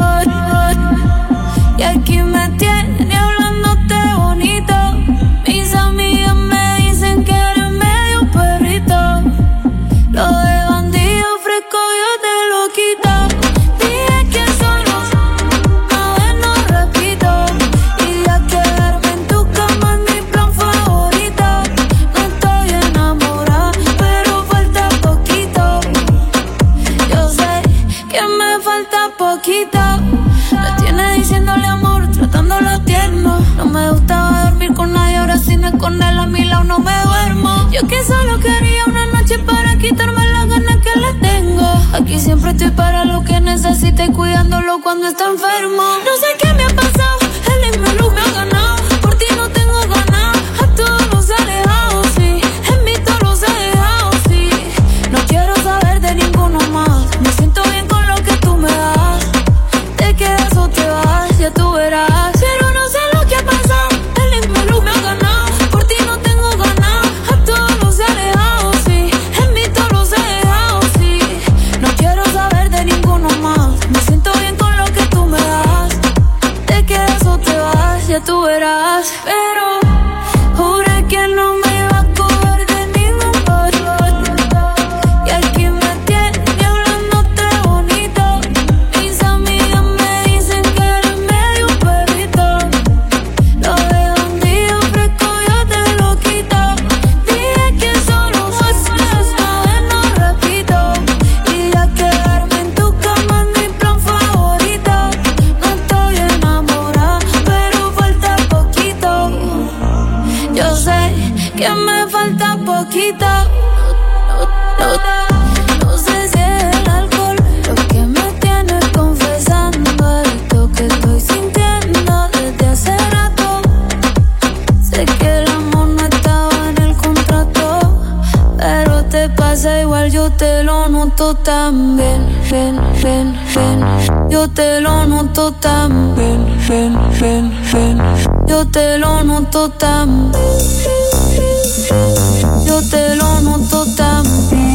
y aquí me tiene hablándote bonito. Mis amigas me dicen que eres medio perrito. Lo de bandido fresco yo te lo quito. Dije que solo una vez no repito. Y ya quedarme en tu cama es mi plan favorito. No estoy enamorada, pero falta poquito. Yo sé que me falta poquito. Me tiene diciéndole amor, tratándolo tierno. No me gustaba dormir con nadie, ahora si no es con él a mi lado no me duermo. Yo que solo quería una noche para quitarme las ganas que le tengo. Aquí siempre estoy para lo que necesite y cuidándolo cuando está enfermo. No sé qué me ha pasado, el inmenú me ha ganado. Por ti no tengo ganas, a todos los alejados, sí. En mí todos los he dejado, sí. No quiero saber de ninguno más. Me siento bien con lo que tú me das. Te quedas o te vas, ya tú verás. Pero no sé lo que ha pasado, el inmenú me ha ganado. Por ti no tengo ganas, a todos los he alejado, sí. En mí todos los he dejado, sí. No quiero saber de ninguno más. Me siento bien con lo que tú me das. Te quedas o te vas, ya tú verás. Pero juré que no me iba a coger de ningún y aquí me tiene hablándote bonito. Mis amigas me dicen que eres medio perrito. Lo de bandido fresco yo te lo quito. Dije que solo fue una vez, no repito. Y ya quedarme en tu cama es mi plan favorito. No estoy enamorada, pero falta poquito. Yo sé que me falta poquito. No sé si es el alcohol lo que me tiene confesando esto que estoy sintiendo desde hace rato. Sé que el amor no estaba en el contrato, pero te pasa igual, yo te lo noto también. Ven, ven, ven. Yo te lo noto también. Ven, ven, ven. Yo te lo noto también. Yo te lo noto también.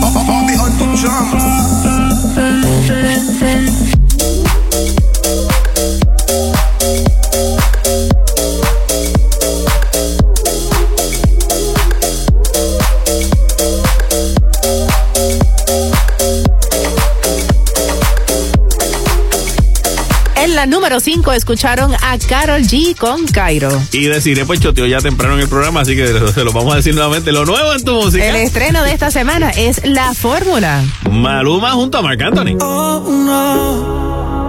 Ven, ven, ven. En la número 5 escucharon a Karol G con Cairo. Y deciré pues choteó ya temprano en el programa, así que se lo vamos a decir nuevamente. Lo nuevo en tu música. El estreno de esta semana es La Fórmula. Maluma junto a Marc Anthony. Oh, no.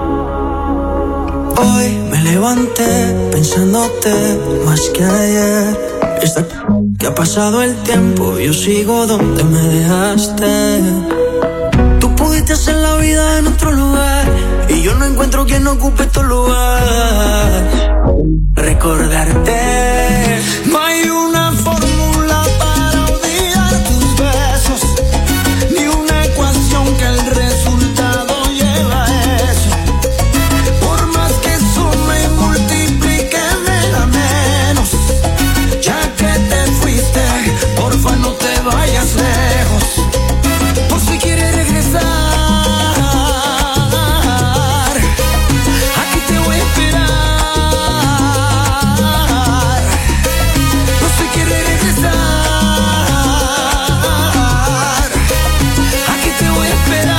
Hoy me levanté pensándote más que ayer. Que ha pasado el tiempo, yo sigo donde me dejaste. Tú pudiste hacer la vida en otro lugar y yo no encuentro quien ocupe tu lugar. Recordarte, no hay una fórmula para olvidar tus besos, ni una ecuación que el resultado lleva a eso. Por más que sume y multiplique me da menos. Ya que te fuiste, porfa no te vayas lejos. Por si quieres regresar, aquí te voy a esperar. Por si quieres regresar, aquí te voy a esperar.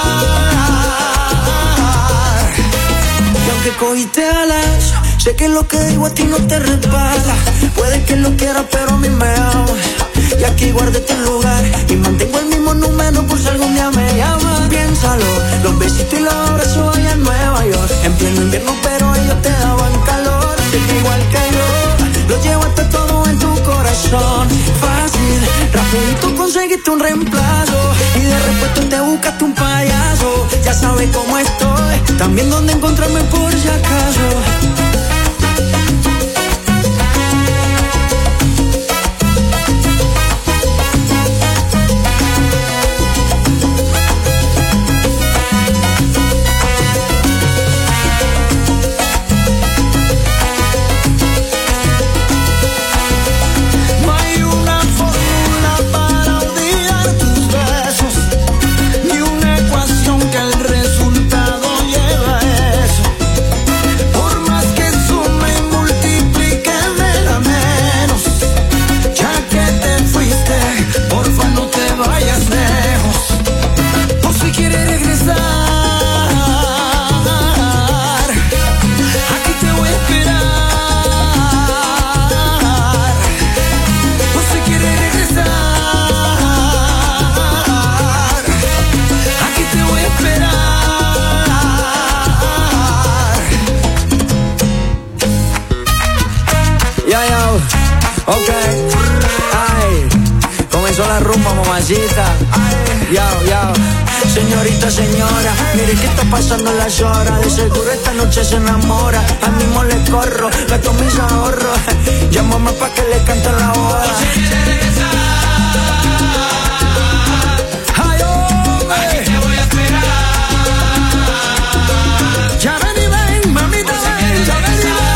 Y aunque cogiste alas, sé que lo que digo a ti no te resbala. Puede que lo quieras, pero a mí me ama. Y aquí guardé tu lugar y mantengo el mismo número por si algún día me llamas. Piénsalo, los besitos y los abrazos allá en Nueva York. En pleno invierno, pero ellos te daban calor. Sé que igual que yo, lo llevaste todo en tu corazón. Fácil, rapidito conseguiste un reemplazo y de repuesto te buscaste un payaso. Ya sabes cómo estoy, también dónde encontrarme por si acaso. Ok, ay, comenzó la rumba, mamacita. Yo, señorita, señora, mire que está pasando las horas. De seguro esta noche se enamora. Al mismo le corro, gasto mis ahorros. Llámame pa' que le cante la hora. Ay, hombre, aquí te voy a esperar. Ya ven y ven, mamita, ven, ya ven y ven.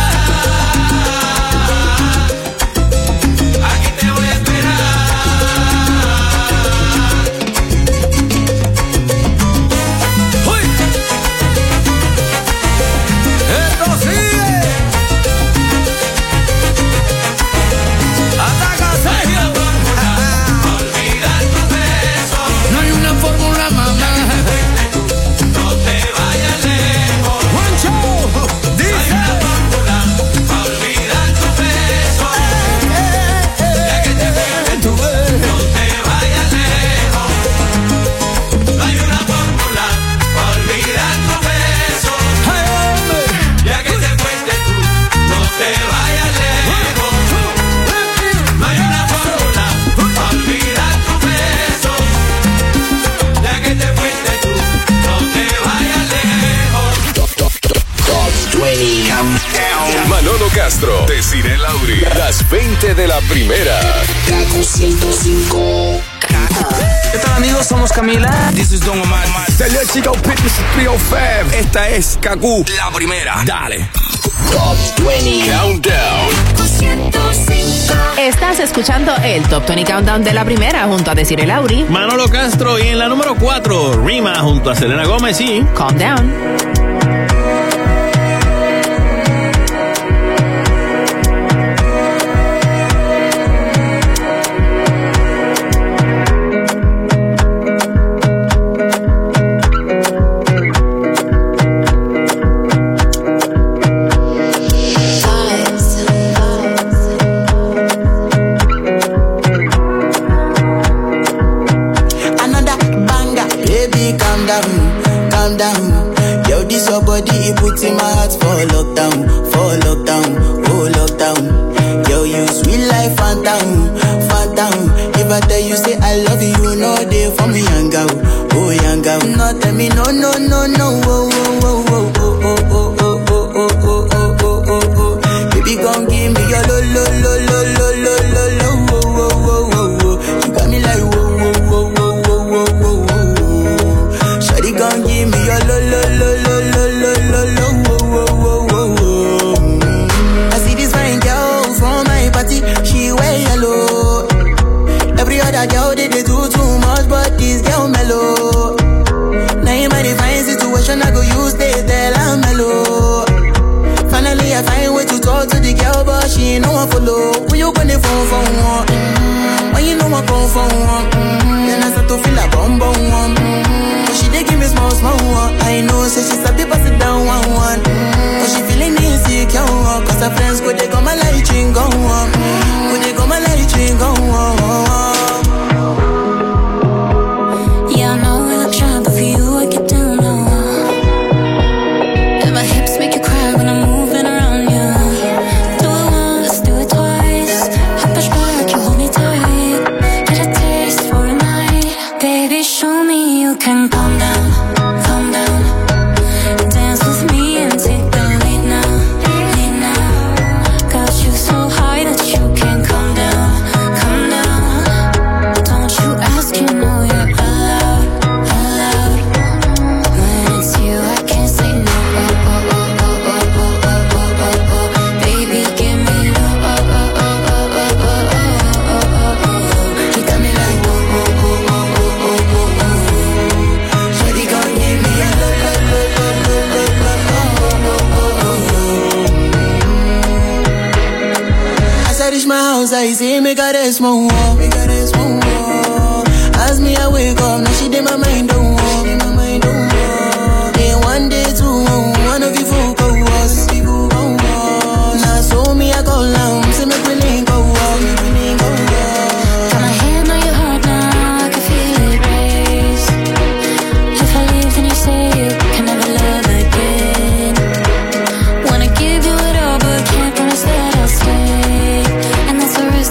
Manolo Castro, Desiree Lauri, las 20 de la primera. Kaku 105. ¿Qué tal, amigos? Somos Camila. This is Don Omar. Salió Chico Pitbull 305. Esta es Kaku, la primera. Dale. Top 20 Countdown. 105. Estás escuchando el Top 20 Countdown de la primera junto a Desiree Lauri, Manolo Castro, y en la número 4, Rima junto a Selena Gómez y Calm Down. In my heart for lockdown, oh lockdown. Yo, you sweet life, phantom, phantom. If I tell you say I love you, you know they for me, young girl, oh young girl. No tell me no, no, no, no, oh, oh, oh, oh, oh, oh, oh, oh, oh, oh, oh, oh, oh, oh. Baby, come give me your lo, lo, lo, lo, lo, lo, lo, lo, oh, oh, oh, oh, oh. You got me like whoa, whoa, whoa, whoa, whoa, whoa, whoa, whoa. Shawty, come give me your lo, lo, lo, lo, lo, lo, lo, lo. She wear yellow. Every other girl they do too much, but this girl mellow. Now in my divine situation, I go use they tell I'm mellow. Finally I find way to talk to the girl, but she ain't no one follow. Who you gonna phone for one? When you know I come for one, then I start to feel a bum bum one. But she dey give me small small one. I know, say she's a bit pass it down one one. But she feeling insecure, cause her friends go they come my light ring go on. Go they come my light ring go on. Yeah, I know we look shy, but for you I get down low. And my hips make you cry when I'm moving around you. Do it once, do it twice. I push back, you hold me tight. Get a taste for a night. Baby, show me you can calm down, calm down. Dance with me and take the lead now, lead now. Got you so high that you can't come down, come down. Don't you ask, you know you're allowed, allowed. When it's you, I can't say no. Oh, oh, oh, oh, oh, oh, oh, oh, oh, oh. Baby, give me love. Oh, oh, oh, oh, oh, oh, oh, oh, oh, oh. You got me like oh, oh, oh, oh, oh, oh, oh, oh. Shawty gon' give me a love, love, love, love, love, love, oh, oh, oh, oh. As I reach my house, I see me got a small wall, me got a small wall. As me I wake up, now she did my mind don't walk, my mind don't walk. Then one day two, one of you folk go was, now so me I go down, say me we link go walk, me link go walk. Got my hand on your heart now, I can feel it race. If I leave, then you say you can never love again. Wanna give you it all, but can't promise that I'll stay. And that's a risk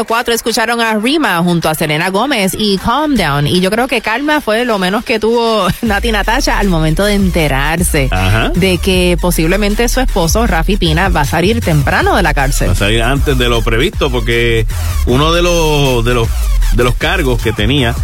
número 4 escucharon a Rima junto a Selena Gómez y Calm Down. Y yo creo que calma fue lo menos que tuvo Nati Natasha al momento de enterarse de que posiblemente su esposo, Rafi Pina, va a salir temprano de la cárcel. Va a salir antes de lo previsto, porque uno de los cargos que tenía,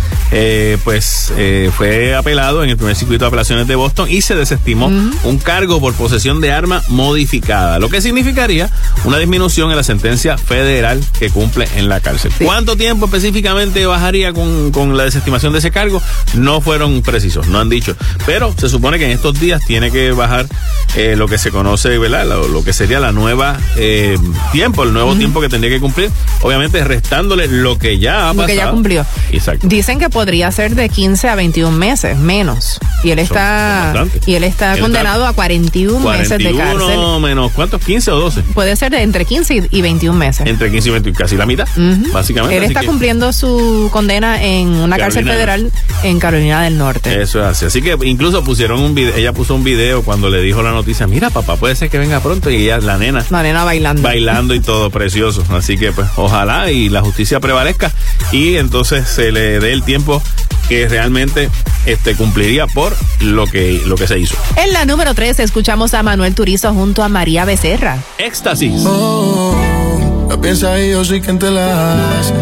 fue apelado en el primer circuito de apelaciones de Boston y se desestimó un cargo por posesión de arma modificada, lo que significaría una disminución en la sentencia federal que cumple en la cárcel. Sí. ¿Cuánto tiempo específicamente bajaría con la desestimación de ese cargo? No fueron precisos, no han dicho, pero se supone que en estos días tiene que bajar lo que se conoce, ¿verdad? Lo que sería la nueva tiempo, el nuevo tiempo que tendría que cumplir, obviamente restándole lo que ya ha pasado. Lo que ya cumplió. Exacto. Dicen que podría ser de 15 a 21 meses, menos. Y él está condenado a 41 meses de cárcel. Menos, ¿cuántos? ¿15 o 12? Puede ser de entre 15 y 21 meses. Entre 15 y 21, casi la mitad, básicamente. Él está cumpliendo su condena en una cárcel federal en Carolina del Norte. Eso es así. Así que incluso pusieron un video, ella puso un video cuando le dijo la noticia, mira papá, puede ser que venga pronto, y ella, la nena bailando y todo, precioso. Así que pues ojalá y la justicia prevalezca y entonces se le dé el tiempo que realmente cumpliría por lo que se hizo. En la número 3 escuchamos a Manuel Turizo junto a María Becerra. Éxtasis. La piensa y yo soy quien te la hace.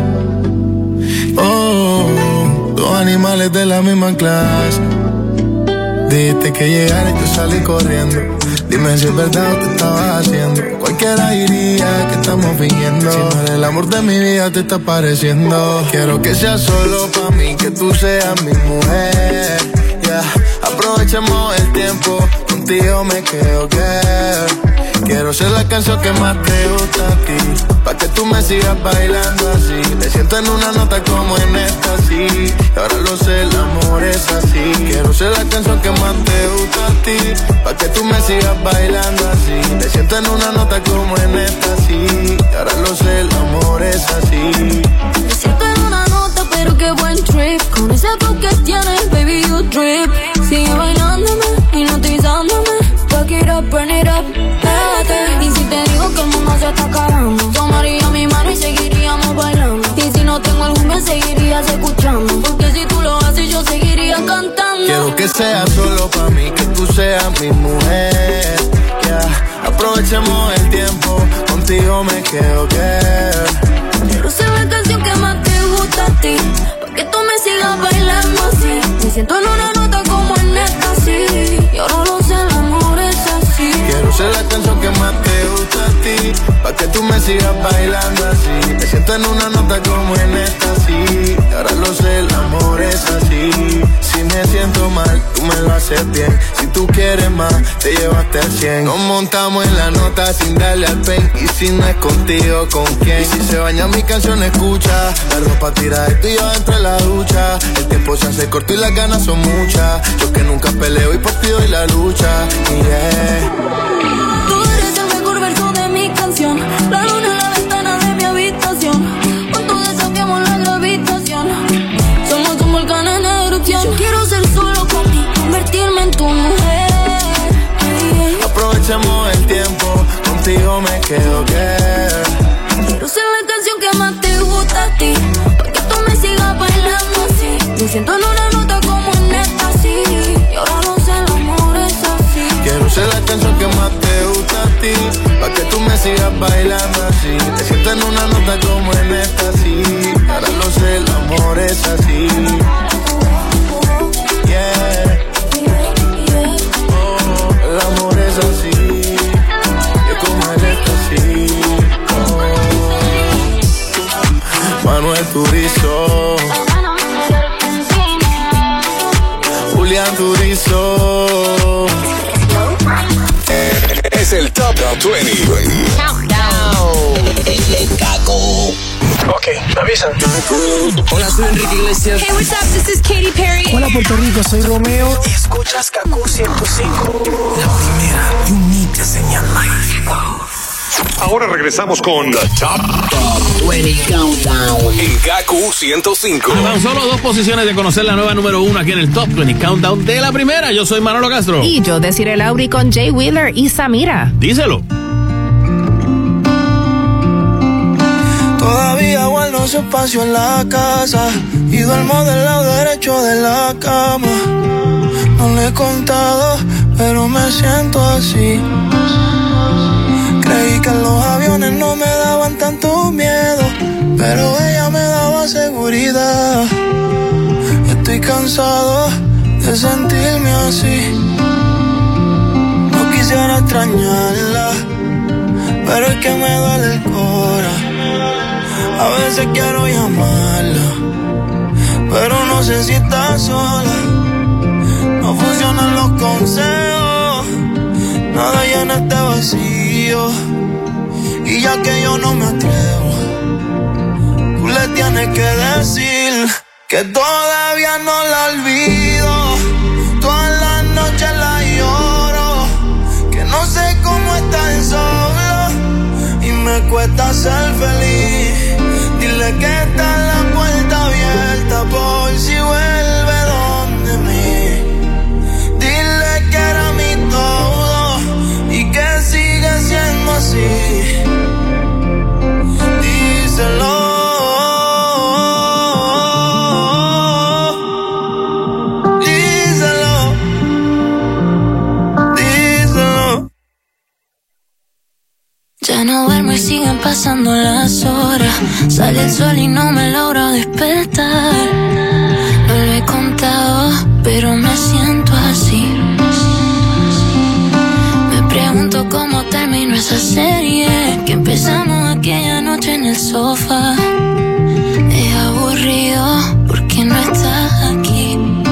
Dos animales de la misma clase. Dijiste que llegara y te salí corriendo. Dime si es verdad o te estabas haciendo. Cualquiera diría que estamos fingiendo. Si no eres el amor de mi vida te está pareciendo. Quiero que sea solo pa' mí, que tú seas mi mujer. Aprovechemos el tiempo, contigo me quedo, girl. Quiero ser la canción que más te gusta a ti, pa' que tú me sigas bailando así. Me siento en una nota como en esta, sí. Y ahora lo sé, el amor es así. Quiero ser la canción que más te gusta a ti, pa' que tú me sigas bailando así. Me siento en una nota como en esta, sí. Y ahora lo sé, el amor es así. Me siento en una nota, pero qué buen trip. Con ese toque que tienes, baby, you drip. Sigue bailándome, hipnotizándome. Fuck it up, burn it up, pégate. Y si te digo que el mundo se está acabando, tomaría mi mano y seguiríamos bailando. Y si no tengo algún me seguirías escuchando, porque si tú lo haces yo seguiría cantando. Quiero que sea solo pa' mí, que tú seas mi mujer. Aprovechemos el tiempo, contigo me quedo, girl. Quiero ser la canción que más te gusta a ti, pa' que tú me sigas bailando así. Me siento en una nota como en esta, sí. Y ahora lo sé, el amor es así. Quiero ser la canción que más te gusta a ti, pa' que tú me sigas bailando así. Me siento en una nota como en esta, sí. Y ahora lo sé, el amor es así. Si me siento mal, tú me lo haces bien. Si tú quieres más, te llevaste al 100. Nos montamos en la nota sin darle al pen. Y si no es contigo, ¿con quién? Y si se baña mi canción, escucha. La ropa tira esto y yo dentro de la ducha. El tiempo se hace corto y las ganas son muchas. Yo que nunca peleo y por ti doy la lucha. Tú eres el mejor verso de mi canción. La luna en la ventana de mi habitación. Juntos desafiamos la gravitación. Somos un volcán en erupción. Yo quiero ser solo contigo, convertirme en tu mujer. Aprovechemos el tiempo, contigo me quedo, girl. Quiero ser la canción que más te gusta a ti, pa' que tú me sigas bailando así. Me siento en una nota como en esta, sí. Y ahora no sé, el amor es así. Quiero ser la canción que más te gusta a ti, pa' que tú me sigas bailando así. Me siento en una nota como en esta, sí. Ahora lo sé, el amor es así. Yeah. Oh, el amor es así. Yo como en esta, sí. Oh. Manuel Turizo, Julián Turizo. Es el Top 20. El Caco. Ok, me avisan. Hola, soy Enrique Iglesias. Hey, what's up? This is Katy Perry. Hola Puerto Rico, soy Romeo. Y escuchas Kaku 105. La primera, you need to señal Ahora regresamos con The Top 20 Countdown en Kaku 105. Tan solo 2 posiciones de conocer la nueva número 1 aquí en el Top 20 Countdown de la primera. Yo soy Manolo Castro. Y yo, Desiree Lauri, con Jay Wheeler y Samira. Díselo. Todavía guardo su espacio en la casa y duermo del lado derecho de la cama. No le he contado, pero me siento así. Creí que los aviones no me daban tanto miedo, pero ella me daba seguridad. Estoy cansado de sentirme así. No quisiera extrañarla, pero es que me duele el cora. A veces quiero llamarla, pero no sé si está sola. No funcionan los consejos, nada llena este vacío. Y ya que yo no me atrevo, tú le tienes que decir que todavía no la olvido. Todas las noches la lloro, que no sé cómo estar solo y me cuesta ser feliz. Dile que está la puerta abierta por si vuelve donde mí. Dile que era mi todo y que sigue siendo así. Díselo. Ya no duermo y siguen pasando las horas. Sale el sol y no me logro despertar. No lo he contado, pero me siento así. Me pregunto cómo terminó esa serie que empezamos aquella noche en el sofá. Es aburrido porque no estás aquí.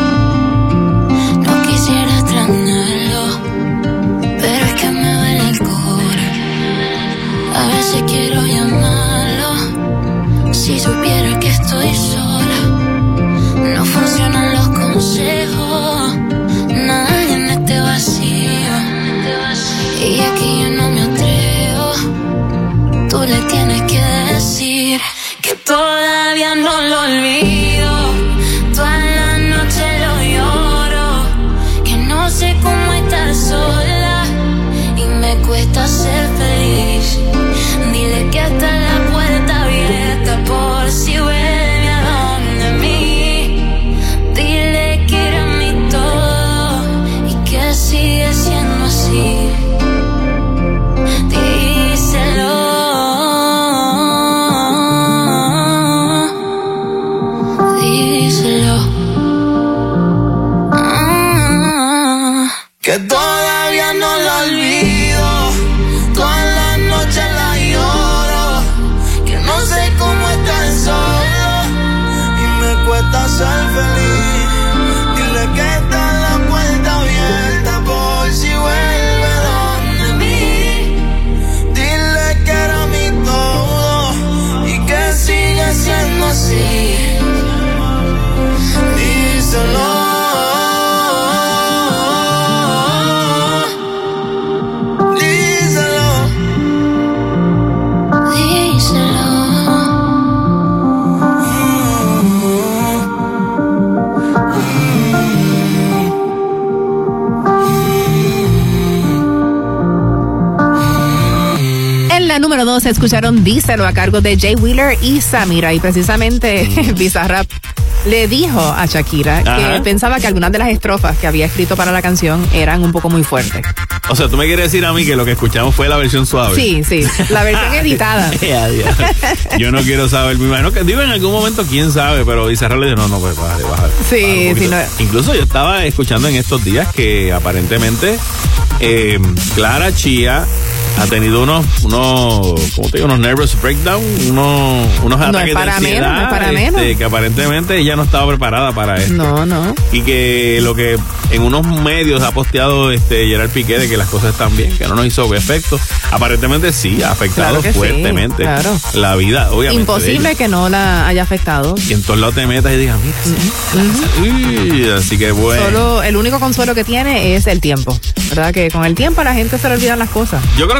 No quisiera extrañarlo, pero es que me duele el cora. A veces quiero llamarlo, si supiera que estoy sola. No funcionan los consejos, nada en este vacío. Y aquí yo no me atrevo, tú le tienes que decir que todavía no lo olvido. Toda la noche lo lloro, que no sé cómo estar sola y me cuesta ser feliz. Dile que está la puerta abierta por si vuelve a donde mí. Dile que era mi todo y que sigue siendo así. Díselo. Díselo. Que todavía no la olvido. Todas las noches la lloro, que no sé cómo estar solo y me cuesta ser feliz. Dile que está la puerta abierta por si vuelve donde mí. Dile que era mi todo y que sigue siendo así. Díselo. La número 2 escucharon Díselo a cargo de Jay Wheeler y Samira, y precisamente Bizarrap le dijo a Shakira que pensaba que algunas de las estrofas que había escrito para la canción eran un poco muy fuertes. O sea, tú me quieres decir a mí que lo que escuchamos fue la versión suave. Sí, la versión editada. Yo no quiero saber, me imagino que digo en algún momento, quién sabe, pero Bizarrap le dijo, no, pues bájale. Sí, no. Incluso yo estaba escuchando en estos días que aparentemente Clara Chía ha tenido unos ¿cómo te digo? Unos nervous breakdown, unos ataques de ansiedad. No es para menos. Que aparentemente ella no estaba preparada para esto. No. Y que lo que en unos medios ha posteado Gerard Piqué de que las cosas están bien, que no nos hizo efecto. Aparentemente sí, ha afectado fuertemente la vida, obviamente. Imposible que no la haya afectado. Y en todos lados te metas y digas, mira, así que bueno. Solo el único consuelo que tiene es el tiempo, ¿verdad? Que con el tiempo a la gente se le olvidan las cosas. Yo creo que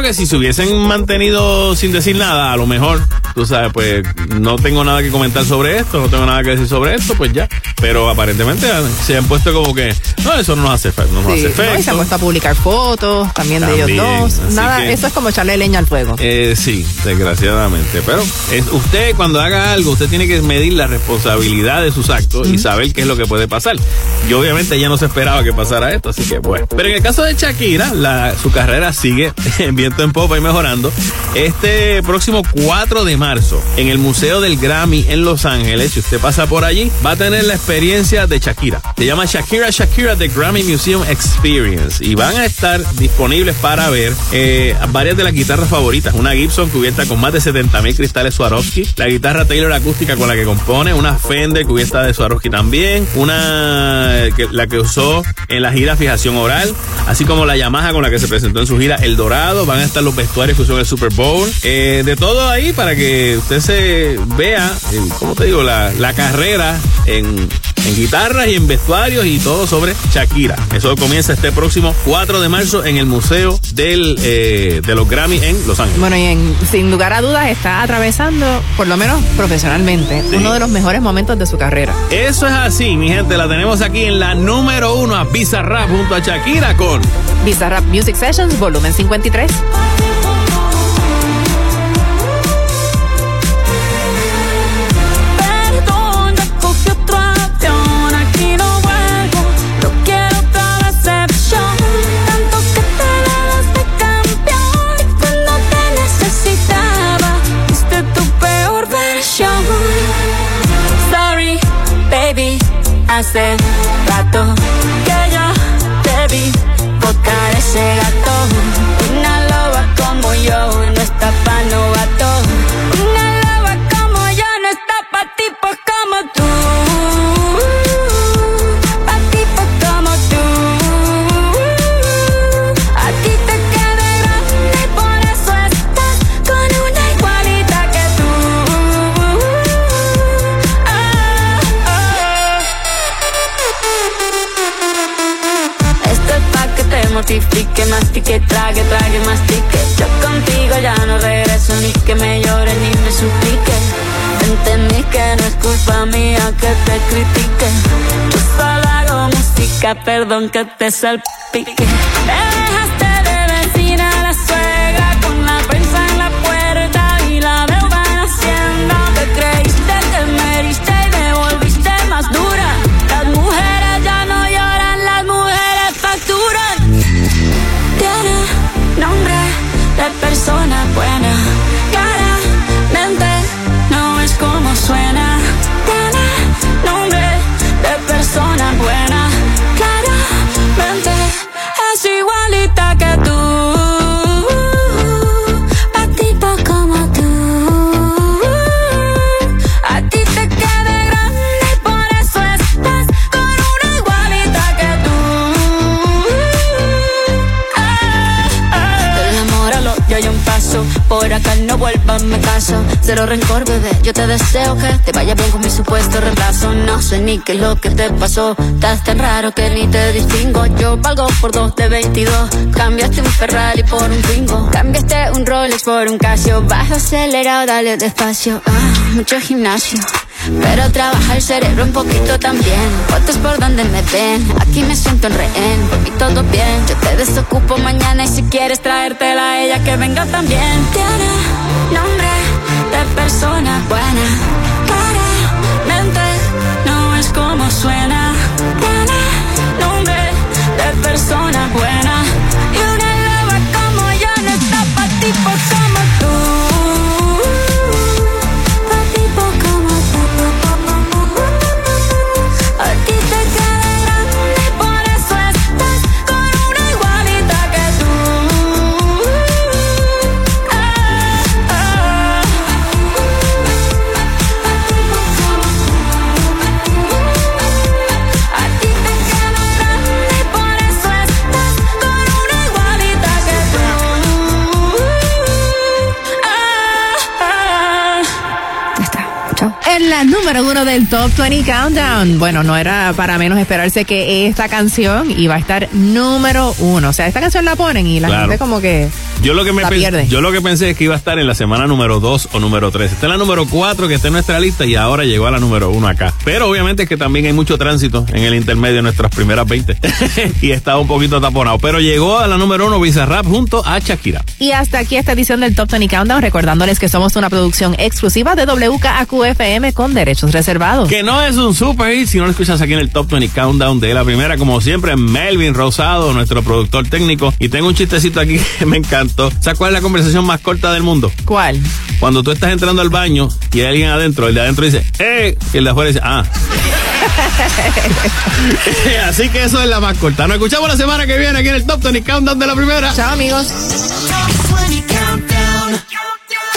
que si se hubiesen mantenido sin decir nada, a lo mejor, tú sabes, pues no tengo nada que comentar sobre esto, no tengo nada que decir sobre esto, pues ya. Pero aparentemente se han puesto como que, no, eso no nos hace efecto. No, y se han puesto a publicar fotos también de ellos dos. Nada, eso es como echarle leña al fuego. Sí, desgraciadamente. Pero usted cuando haga algo, usted tiene que medir la responsabilidad de sus actos y saber qué es lo que puede pasar. Y obviamente ella no se esperaba que pasara esto, así que bueno. Pero en el caso de Shakira, su carrera sigue en viento en popa y mejorando. Este próximo 4 de marzo, en el Museo del Grammy en Los Ángeles, si usted pasa por allí, va a tener la experiencia de Shakira. Se llama Shakira The Grammy Museum Experience y van a estar disponibles para ver varias de las guitarras favoritas. Una Gibson cubierta con más de 70,000 cristales Swarovski, la guitarra Taylor acústica con la que compone, una Fender cubierta de Swarovski también, la que usó en la gira Fijación Oral, así como la Yamaha con la que se presentó en su gira El Dorado. Van a estar los vestuarios que usó en el Super Bowl, de todo ahí para que usted se vea, ¿cómo te digo? La carrera en guitarras y en vestuarios y todo sobre Shakira. Eso comienza este próximo 4 de marzo en el Museo de los Grammy en Los Ángeles. Bueno, y sin lugar a dudas está atravesando, por lo menos profesionalmente, uno de los mejores momentos de su carrera. Eso es así, mi gente. La tenemos aquí en la número 1 a Bizarrap junto a Shakira con Bizarrap Music Sessions, volumen 53. Hace rato que yo te vi botar ese gato. Una loba como yo no está pa' novato. Una loba como yo no está pa' tipos como tú. Pa' tipos como tú. A ti te queda grande y por eso estás con una igualita que tú. Mortifique, mastique, trague, mastique. Yo contigo ya no regreso, ni que me llore ni me suplique. Entendí que no es culpa mía que te critique. Yo solo hago música, perdón que te salpique. Me dejaste de vecina a la suegra con la prensa en la puerta y la deuda en Hacienda. Te creíste que me heriste y me volviste más dura. Las mujeres ya no lloran, las mujeres facturan. Nombre de persona buena, claramente no es como suena. Tiene nombre de persona buena, claramente es igualita que tú. Pa' tipos como tú. A ti te queda grande y por eso estás con una igualita que tú. Ya hay un paso, por acá no vuelvas, me caso. Cero rencor, bebé, yo te deseo que te vaya bien con mi supuesto reemplazo. No sé ni qué es lo que te pasó, estás tan raro que ni te distingo. Yo valgo por 2 de 22, cambiaste un Ferrari por un Twingo. Cambiaste un Rolex por un Casio, bajo acelerado, dale despacio. Mucho gimnasio, pero trabaja el cerebro un poquito también. Fotos por donde me ven, aquí me siento en rehén. Por mí todo bien, yo te desocupo mañana. Y si quieres traértela a ella, que venga también. Tiene nombre de persona buena, claramente no es como suena. Tiene nombre de persona buena, y una loba como yo no está pa' tipos como tú. la número 1 del Top 20 Countdown. Bueno, no era para menos esperarse que esta canción iba a estar número 1. O sea, esta canción la ponen y la gente como que yo lo que pierde. Yo lo que pensé es que iba a estar en la semana número 2 o número 3. Está en la número 4 que está en nuestra lista y ahora llegó a la número 1 acá. Pero obviamente es que también hay mucho tránsito en el intermedio de nuestras primeras 20 y estaba un poquito taponado. Pero llegó a la número 1 Bizarrap junto a Shakira. Y hasta aquí esta edición del Top 20 Countdown, recordándoles que somos una producción exclusiva de WKAQ-FM con derechos reservados. Que no es un super hit si no lo escuchas aquí en el Top 20 Countdown de la primera, como siempre, Melvin Rosado, nuestro productor técnico. Y tengo un chistecito aquí que me encantó. ¿Sabes cuál es la conversación más corta del mundo? ¿Cuál? Cuando tú estás entrando al baño y hay alguien adentro, el de adentro dice, y el de afuera dice, Así que eso es la más corta. Nos escuchamos la semana que viene aquí en el Top 20 Countdown de la primera. Chao, amigos.